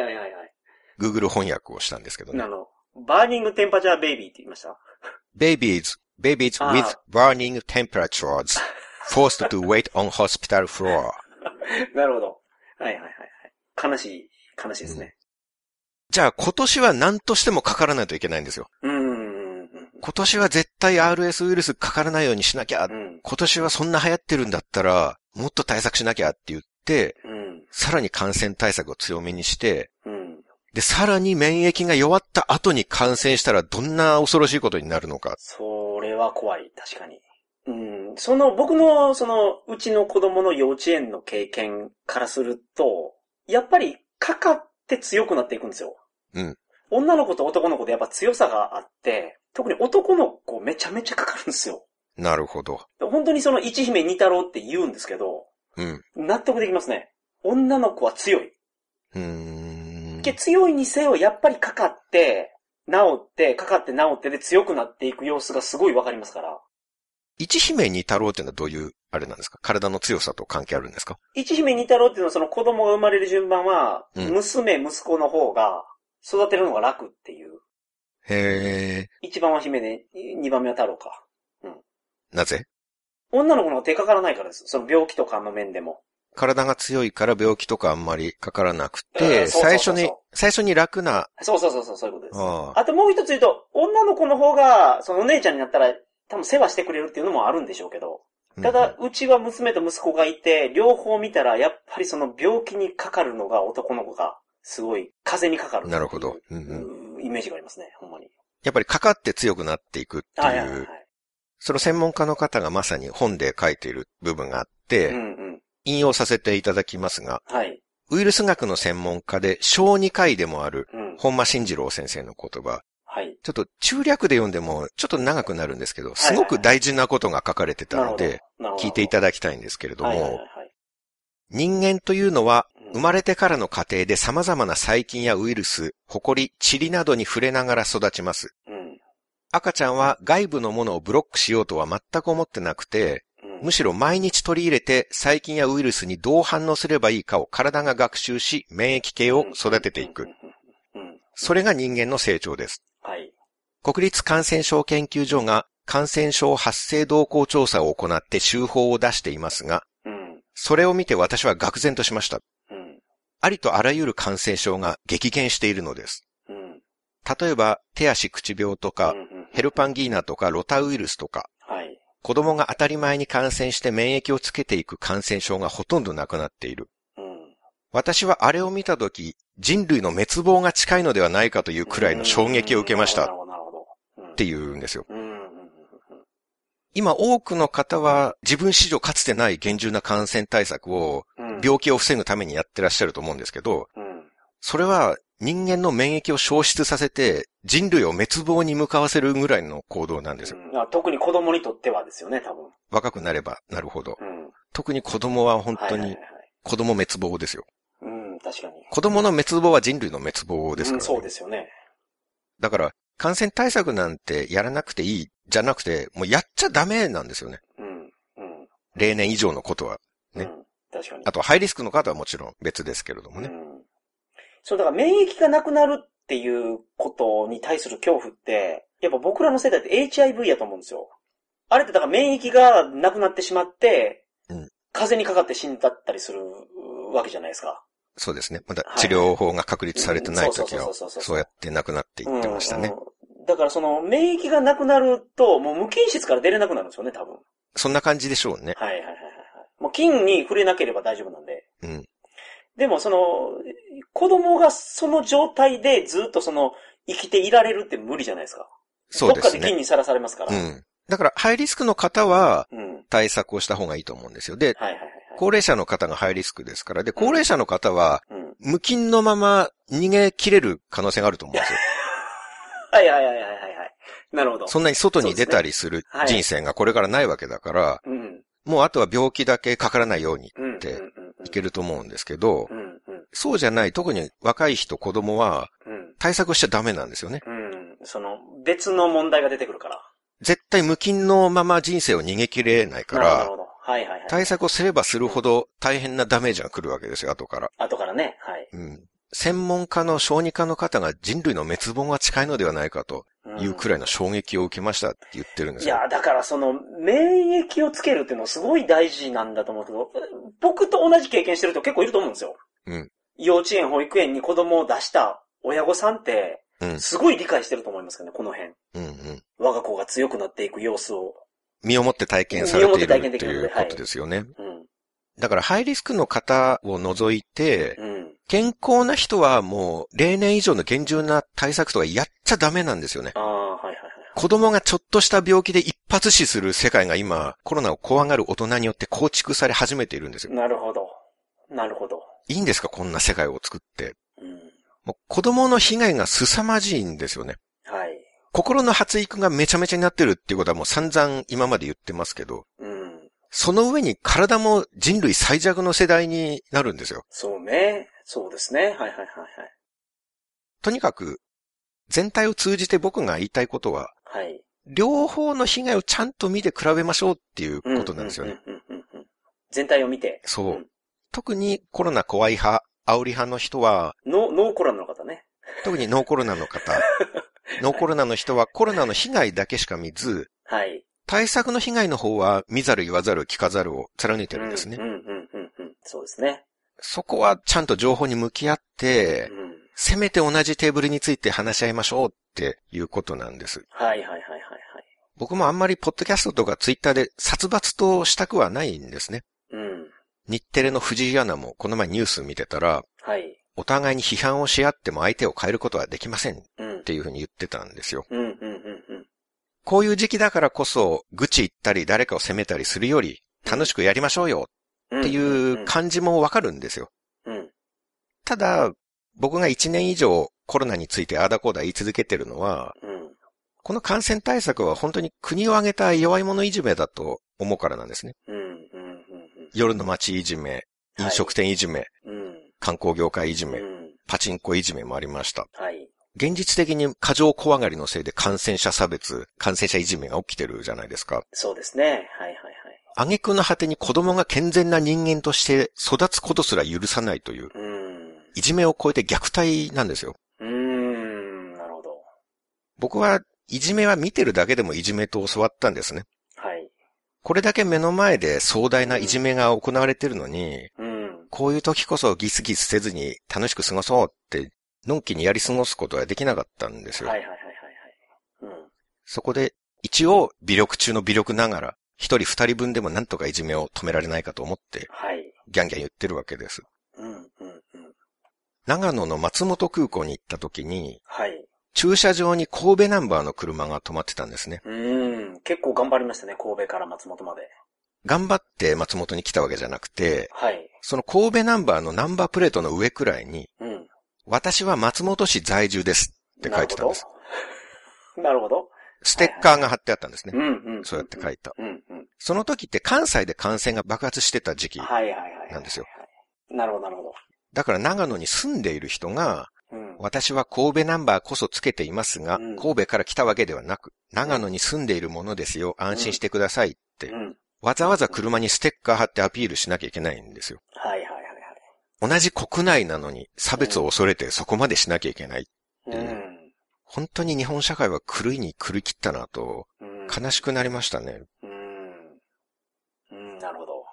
Google 翻訳をしたんですけどね。 バーニングテンパチャーベイビーって言いました？ Babies with burning temperatures forced to wait on hospital floor なるほど。はい。悲しいですね。 じゃあ今年は何としてもかからないといけないんですよ。今年は絶対 RS ウイルスかからないようにしなきゃ。今年はそんな流行ってるんだったら、もっと対策しなきゃって言って、さらに感染対策を強めにして、で、さらに免疫が弱った後に感染したらどんな恐ろしいことになるのか。 それは怖い、確かに。僕の、うちの子供の幼稚園の経験からすると、やっぱりかかって強くなっていくんですよ。女の子と男の子でやっぱ強さがあって、特に男の子めちゃめちゃかかるんですよ。 なるほど。 本当に一姫二太郎って言うんですけど、納得できますね。女の子は強い。強いにせよ、やっぱりかかって、治ってで強くなっていく様子がすごいわかりますから。 一姫二太郎っていうのはどういう、あれなんですか？体の強さと関係あるんですか？ 一姫二太郎っていうのは子供が生まれる順番は、娘、息子の方が育てるのが楽っていう。 へー。 1番は姫で、2番目は太郎か。 なぜ？ 女の子の方が手かからないからです。病気とかの面でも。 体が強いから病気とかあんまりかからなくて、最初に楽な。 そういうことです。あともう一つ言うと、女の子の方が、お姉ちゃんになったら、多分世話してくれるっていうのもあるんでしょうけど。ただ、うちは娘と息子がいて、両方見たら、やっぱり病気にかかるのが男の子が、すごい、風邪にかかる。 なるほど。 イメージがありますね、ほんまに。 やっぱりかかって強くなっていくっていう、その専門家の方がまさに本で書いている部分があって、引用させていただきますが、ウイルス学の専門家で小児科医でもある、本間慎二郎先生の言葉、ちょっと中略で読んでもちょっと長くなるんですけど、すごく大事なことが書かれてたので、聞いていただきたいんですけれども、人間というのは生まれてからの過程で様々な細菌やウイルス、ホコリ、塵などに触れながら育ちます。赤ちゃんは外部のものをブロックしようとは全く思ってなくて、むしろ毎日取り入れて細菌やウイルスにどう反応すればいいかを体が学習し、免疫系を育てていく。それが人間の成長です。国立感染症研究所が感染症発生動向調査を行って手法を出していますが、それを見て私は愕然としました。ありとあらゆる感染症が激減しているのです。例えば、手足口病とか、ヘルパンギーナとかロタウイルスとか、子供が当たり前に感染して免疫をつけていく感染症がほとんどなくなっている。私はあれを見たとき、人類の滅亡が近いのではないかというくらいの衝撃を受けました。っていうんですよ。今多くの方は自分史上かつてない厳重な感染対策を病気を防ぐためにやってらっしゃると思うんですけど、それは人間の免疫を消失させて人類を滅亡に向かわせるぐらいの行動なんですよ。 特に子供にとってはですよね、多分。 若くなればなるほど。特に子供は本当に子供滅亡ですよ。 確かに。 子供の滅亡は人類の滅亡ですからね。 そうですよね。 だから、感染対策なんてやらなくていい、じゃなくて、もうやっちゃダメなんですよね。例年以上のことは。ね。 確かに。 あと、ハイリスクの方はもちろん別ですけれどもね。 そう、だから免疫がなくなるっていうことに対する恐怖って、やっぱ僕らの世代って HIV やと思うんですよ。あれってだから免疫がなくなってしまって、風邪にかかって死んだったりするわけじゃないですか。 そうですね。まだ治療法が確立されてない時は、そうやってなくなっていってましたね。 だからその免疫がなくなると、もう無菌室から出れなくなるんですよね、多分。 そんな感じでしょうね。 はい。もう菌に触れなければ大丈夫なんで。でも子供がその状態でずっと生きていられるって無理じゃないですか。 そうですね。 どっかで菌にさらされますから。 だから、ハイリスクの方は、対策をした方がいいと思うんですよ。で、高齢者の方がハイリスクですから、で、高齢者の方は、無菌のまま逃げ切れる可能性があると思うんですよ。 はい。なるほど。 そんなに外に出たりする人生がこれからないわけだから、もうあとは病気だけかからないようにっていけると思うんですけど、そうじゃない、特に若い人、子供は、対策しちゃダメなんですよね。 別の問題が出てくるから。 絶対無菌のまま人生を逃げ切れないから、対策をすればするほど大変なダメージが来るわけですよ、後から。 後からね、 専門家の小児科の方が人類の滅亡が近いのではないかというくらいの衝撃を受けましたって言ってるんですよ。 いや、だから免疫をつけるっていうのはすごい大事なんだと思うけど、僕と同じ経験してる人結構いると思うんですよ。幼稚園、保育園に子供を出した親御さんって、すごい理解してると思いますけどね、この辺。我が子が強くなっていく様子を。 身をもって体験されているということですよね。だからハイリスクの方を除いて、健康な人はもう例年以上の厳重な対策とかやっちゃダメなんですよね。子供がちょっとした病気で一発死する世界が今、コロナを怖がる大人によって構築され始めているんですよ。 なるほど。 いいんですか、こんな世界を作って。もう子供の被害が凄まじいんですよね。心の発育がめちゃめちゃになってるっていうことはもう散々今まで言ってますけど、その上に体も人類最弱の世代になるんですよ。 そうね。そうですね。はい。 とにかく、全体を通じて僕が言いたいことは、両方の被害をちゃんと見て比べましょうっていうことなんですよね。 全体を見て。 そう。特にコロナ怖い派、煽り派の人は、 ノーコロナの方ね。 特にノーコロナの方。ノーコロナの人はコロナの被害だけしか見ず、対策の被害の方は見ざる言わざる聞かざるを貫いてるんですね。 そうですね。 そこはちゃんと情報に向き合って、せめて同じテーブルについて話し合いましょうっていうことなんです。僕もあんまりポッドキャストとかツイッターで殺伐としたくはないんですね。日テレの藤井アナもこの前ニュース見てたら、お互いに批判をし合っても相手を変えることはできませんっていうふうに言ってたんですよ。こういう時期だからこそ愚痴言ったり誰かを責めたりするより楽しくやりましょうよっていう感じもわかるんですよ。ただ僕が1年以上コロナについてあーだこーだ言い続けてるのは、この感染対策は本当に国を挙げた弱い者いじめだと思うからなんですね。夜の街いじめ、飲食店いじめ、観光業界いじめ、パチンコいじめもありました。現実的に過剰怖がりのせいで感染者差別、感染者いじめが起きてるじゃないですか。 そうですね。 挙句の果てに子供が健全な人間として育つことすら許さないという、いじめを超えて虐待なんですよ。 なるほど。 僕はいじめは見てるだけでもいじめと教わったんですね。これだけ目の前で壮大ないじめが行われてるのに、こういう時こそギスギスせずに楽しく過ごそうってのんきにやり過ごすことはできなかったんですよ。そこで一応微力中の微力ながら一人二人分でもなんとかいじめを止められないかと思って、ギャンギャン言ってるわけです。長野の松本空港に行った時に、駐車場に神戸ナンバーの車が止まってたんですね。 結構頑張りましたね、神戸から松本まで。 頑張って松本に来たわけじゃなくて、その神戸ナンバーのナンバープレートの上くらいに、私は松本市在住ですって書いてたんです。 なるほど。 ステッカーが貼ってあったんですね。そうやって書いた。その時って関西で感染が爆発してた時期なんですよ。 なるほど。 だから長野に住んでいる人が、私は神戸ナンバーこそつけていますが、神戸から来たわけではなく、長野に住んでいるものですよ、安心してくださいって、わざわざ車にステッカー貼ってアピールしなきゃいけないんですよ。 はいはいはいはい。 同じ国内なのに差別を恐れてそこまでしなきゃいけないっていう。本当に日本社会は狂いに狂い切ったなと、悲しくなりましたね。 なるほど。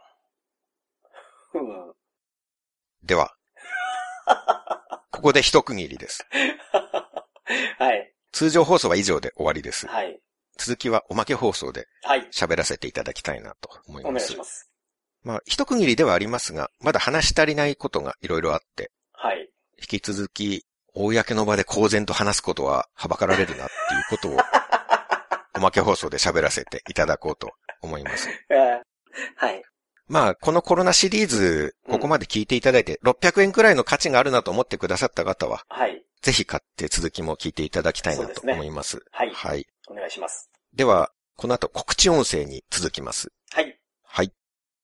では、ここで一区切りです。 はい。 通常放送は以上で終わりです。 はい。 続きはおまけ放送で喋らせていただきたいなと思います。お願いします。まあ、一区切りではありますが、まだ話し足りないことがいろいろあって、 はい。 引き続き、公の場で公然と話すことははばかられるなっていうことを、おまけ放送で喋らせていただこうと思います。 はい。 まあ、このコロナシリーズ、ここまで聞いていただいて、600円くらいの価値があるなと思ってくださった方は、 はい。 ぜひ買って続きも聞いていただきたいなと思います。 そうですね。はい。 はい。 お願いします。 では、この後告知音声に続きます。 はい。 はい。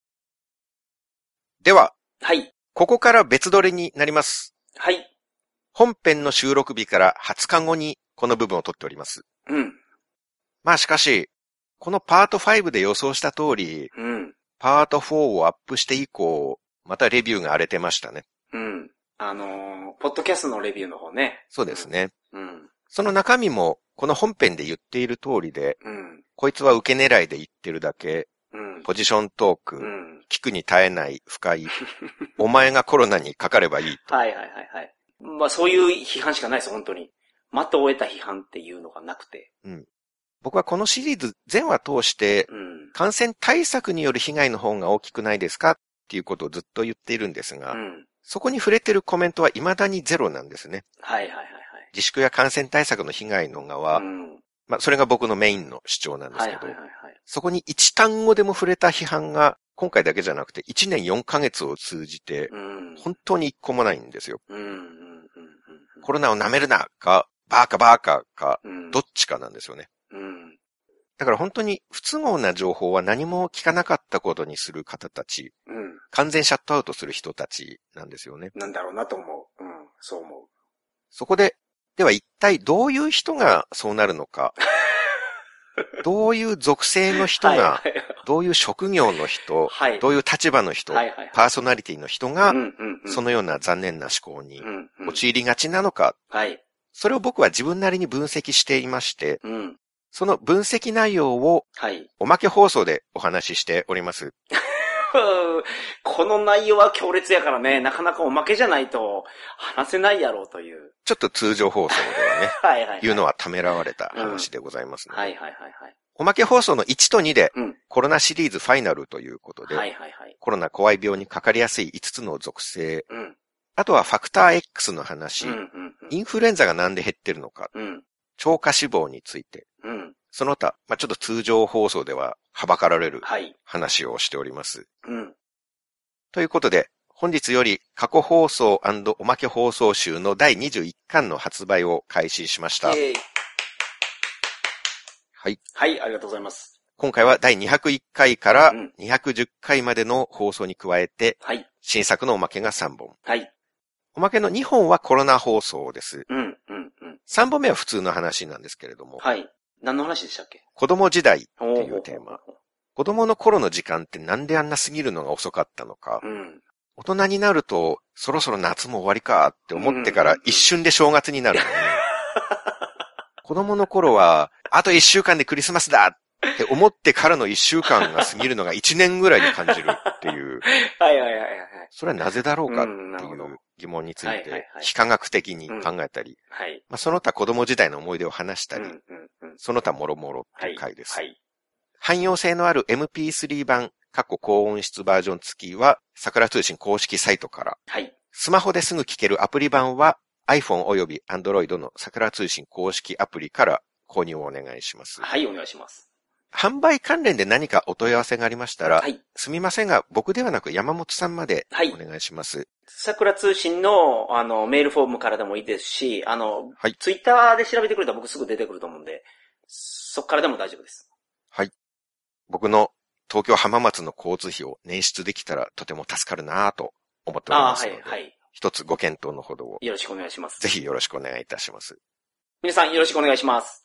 では、 はい。 ここから別撮りになります。 はい。 本編の収録日から20日後にこの部分を撮っております。まあしかし、このパート5で予想した通り、パート4をアップして以降、またレビューが荒れてましたね。 ポッドキャストのレビューの方ね。 そうですね。その中身も、この本編で言っている通りで、こいつは受け狙いで言ってるだけ、ポジショントーク、聞くに耐えない不快、お前がコロナにかかればいいと。 はいはいはいはい。まあそういう批判しかないです、本当に。的を得た批判っていうのがなくて。 僕はこのシリーズ全話通して、感染対策による被害の方が大きくないですかっていうことをずっと言っているんですが、そこに触れてるコメントは未だにゼロなんですね。 はいはいはいはい。 自粛や感染対策の被害の側、まあそれが僕のメインの主張なんですけど、そこに一単語でも触れた批判が今回だけじゃなくて1年4ヶ月を通じて、本当に一個もないんですよ。コロナを舐めるなか、バーカか、どっちかなんですよね。だから本当に不都合な情報は何も聞かなかったことにする方たち、完全シャットアウトする人たちなんですよね。 なんだろうなと思う。そう思う。 そこで、では一体どういう人がそうなるのか、どういう属性の人が、どういう職業の人、どういう立場の人、パーソナリティの人が、そのような残念な思考に陥りがちなのか、それを僕は自分なりに分析していまして、その分析内容を、おまけ放送でお話ししております。 この内容は強烈やからね、なかなかおまけじゃないと話せないやろうという。 ちょっと通常放送ではね、言うのはためらわれた話でございますので。おまけ放送の1と2で、コロナシリーズファイナルということで、コロナ怖い病にかかりやすい5つの属性、あとはファクター X の話、インフルエンザがなんで減ってるのか、超過死亡について、その他、まあ、ちょっと通常放送でははばかられる話をしております。ということで、本日より過去放送&おまけ放送集の第21巻の発売を開始しました。はい。 はい、ありがとうございます。 今回は第201回から210回までの放送に加えて、新作のおまけが3本。おまけの2本はコロナ放送です。3本目は普通の話なんですけれども。 何の話でしたっけ？ 子供時代っていうテーマ。子供の頃の時間ってなんであんな過ぎるのが遅かったのか。大人になると、そろそろ夏も終わりかって思ってから一瞬で正月になるのに。子供の頃は、あと1週間でクリスマスだって思ってからの1週間が過ぎるのが1年ぐらいで感じるっていう。それはなぜだろうかっていう疑問について、非科学的に考えたり、まあ、その他子供時代の思い出を話したり、その他もろもろっていう回です。汎用性のある MP3 版、高音質バージョン付きは、桜通信公式サイトから、スマホですぐ聴けるアプリ版は、iPhone および Android の桜通信公式アプリから購入をお願いします。 はい、お願いします。 販売関連で何かお問い合わせがありましたら、すみませんが、僕ではなく山本さんまでお願いします。 桜通信の、メールフォームからでもいいですし、ツイッターで調べてくれたら僕すぐ出てくると思うんで、そっからでも大丈夫です。 僕の東京浜松の交通費を捻出できたらとても助かるなぁと思っておりますので。 一つご検討のほどを。 よろしくお願いします。 ぜひよろしくお願いいたします。 皆さんよろしくお願いします。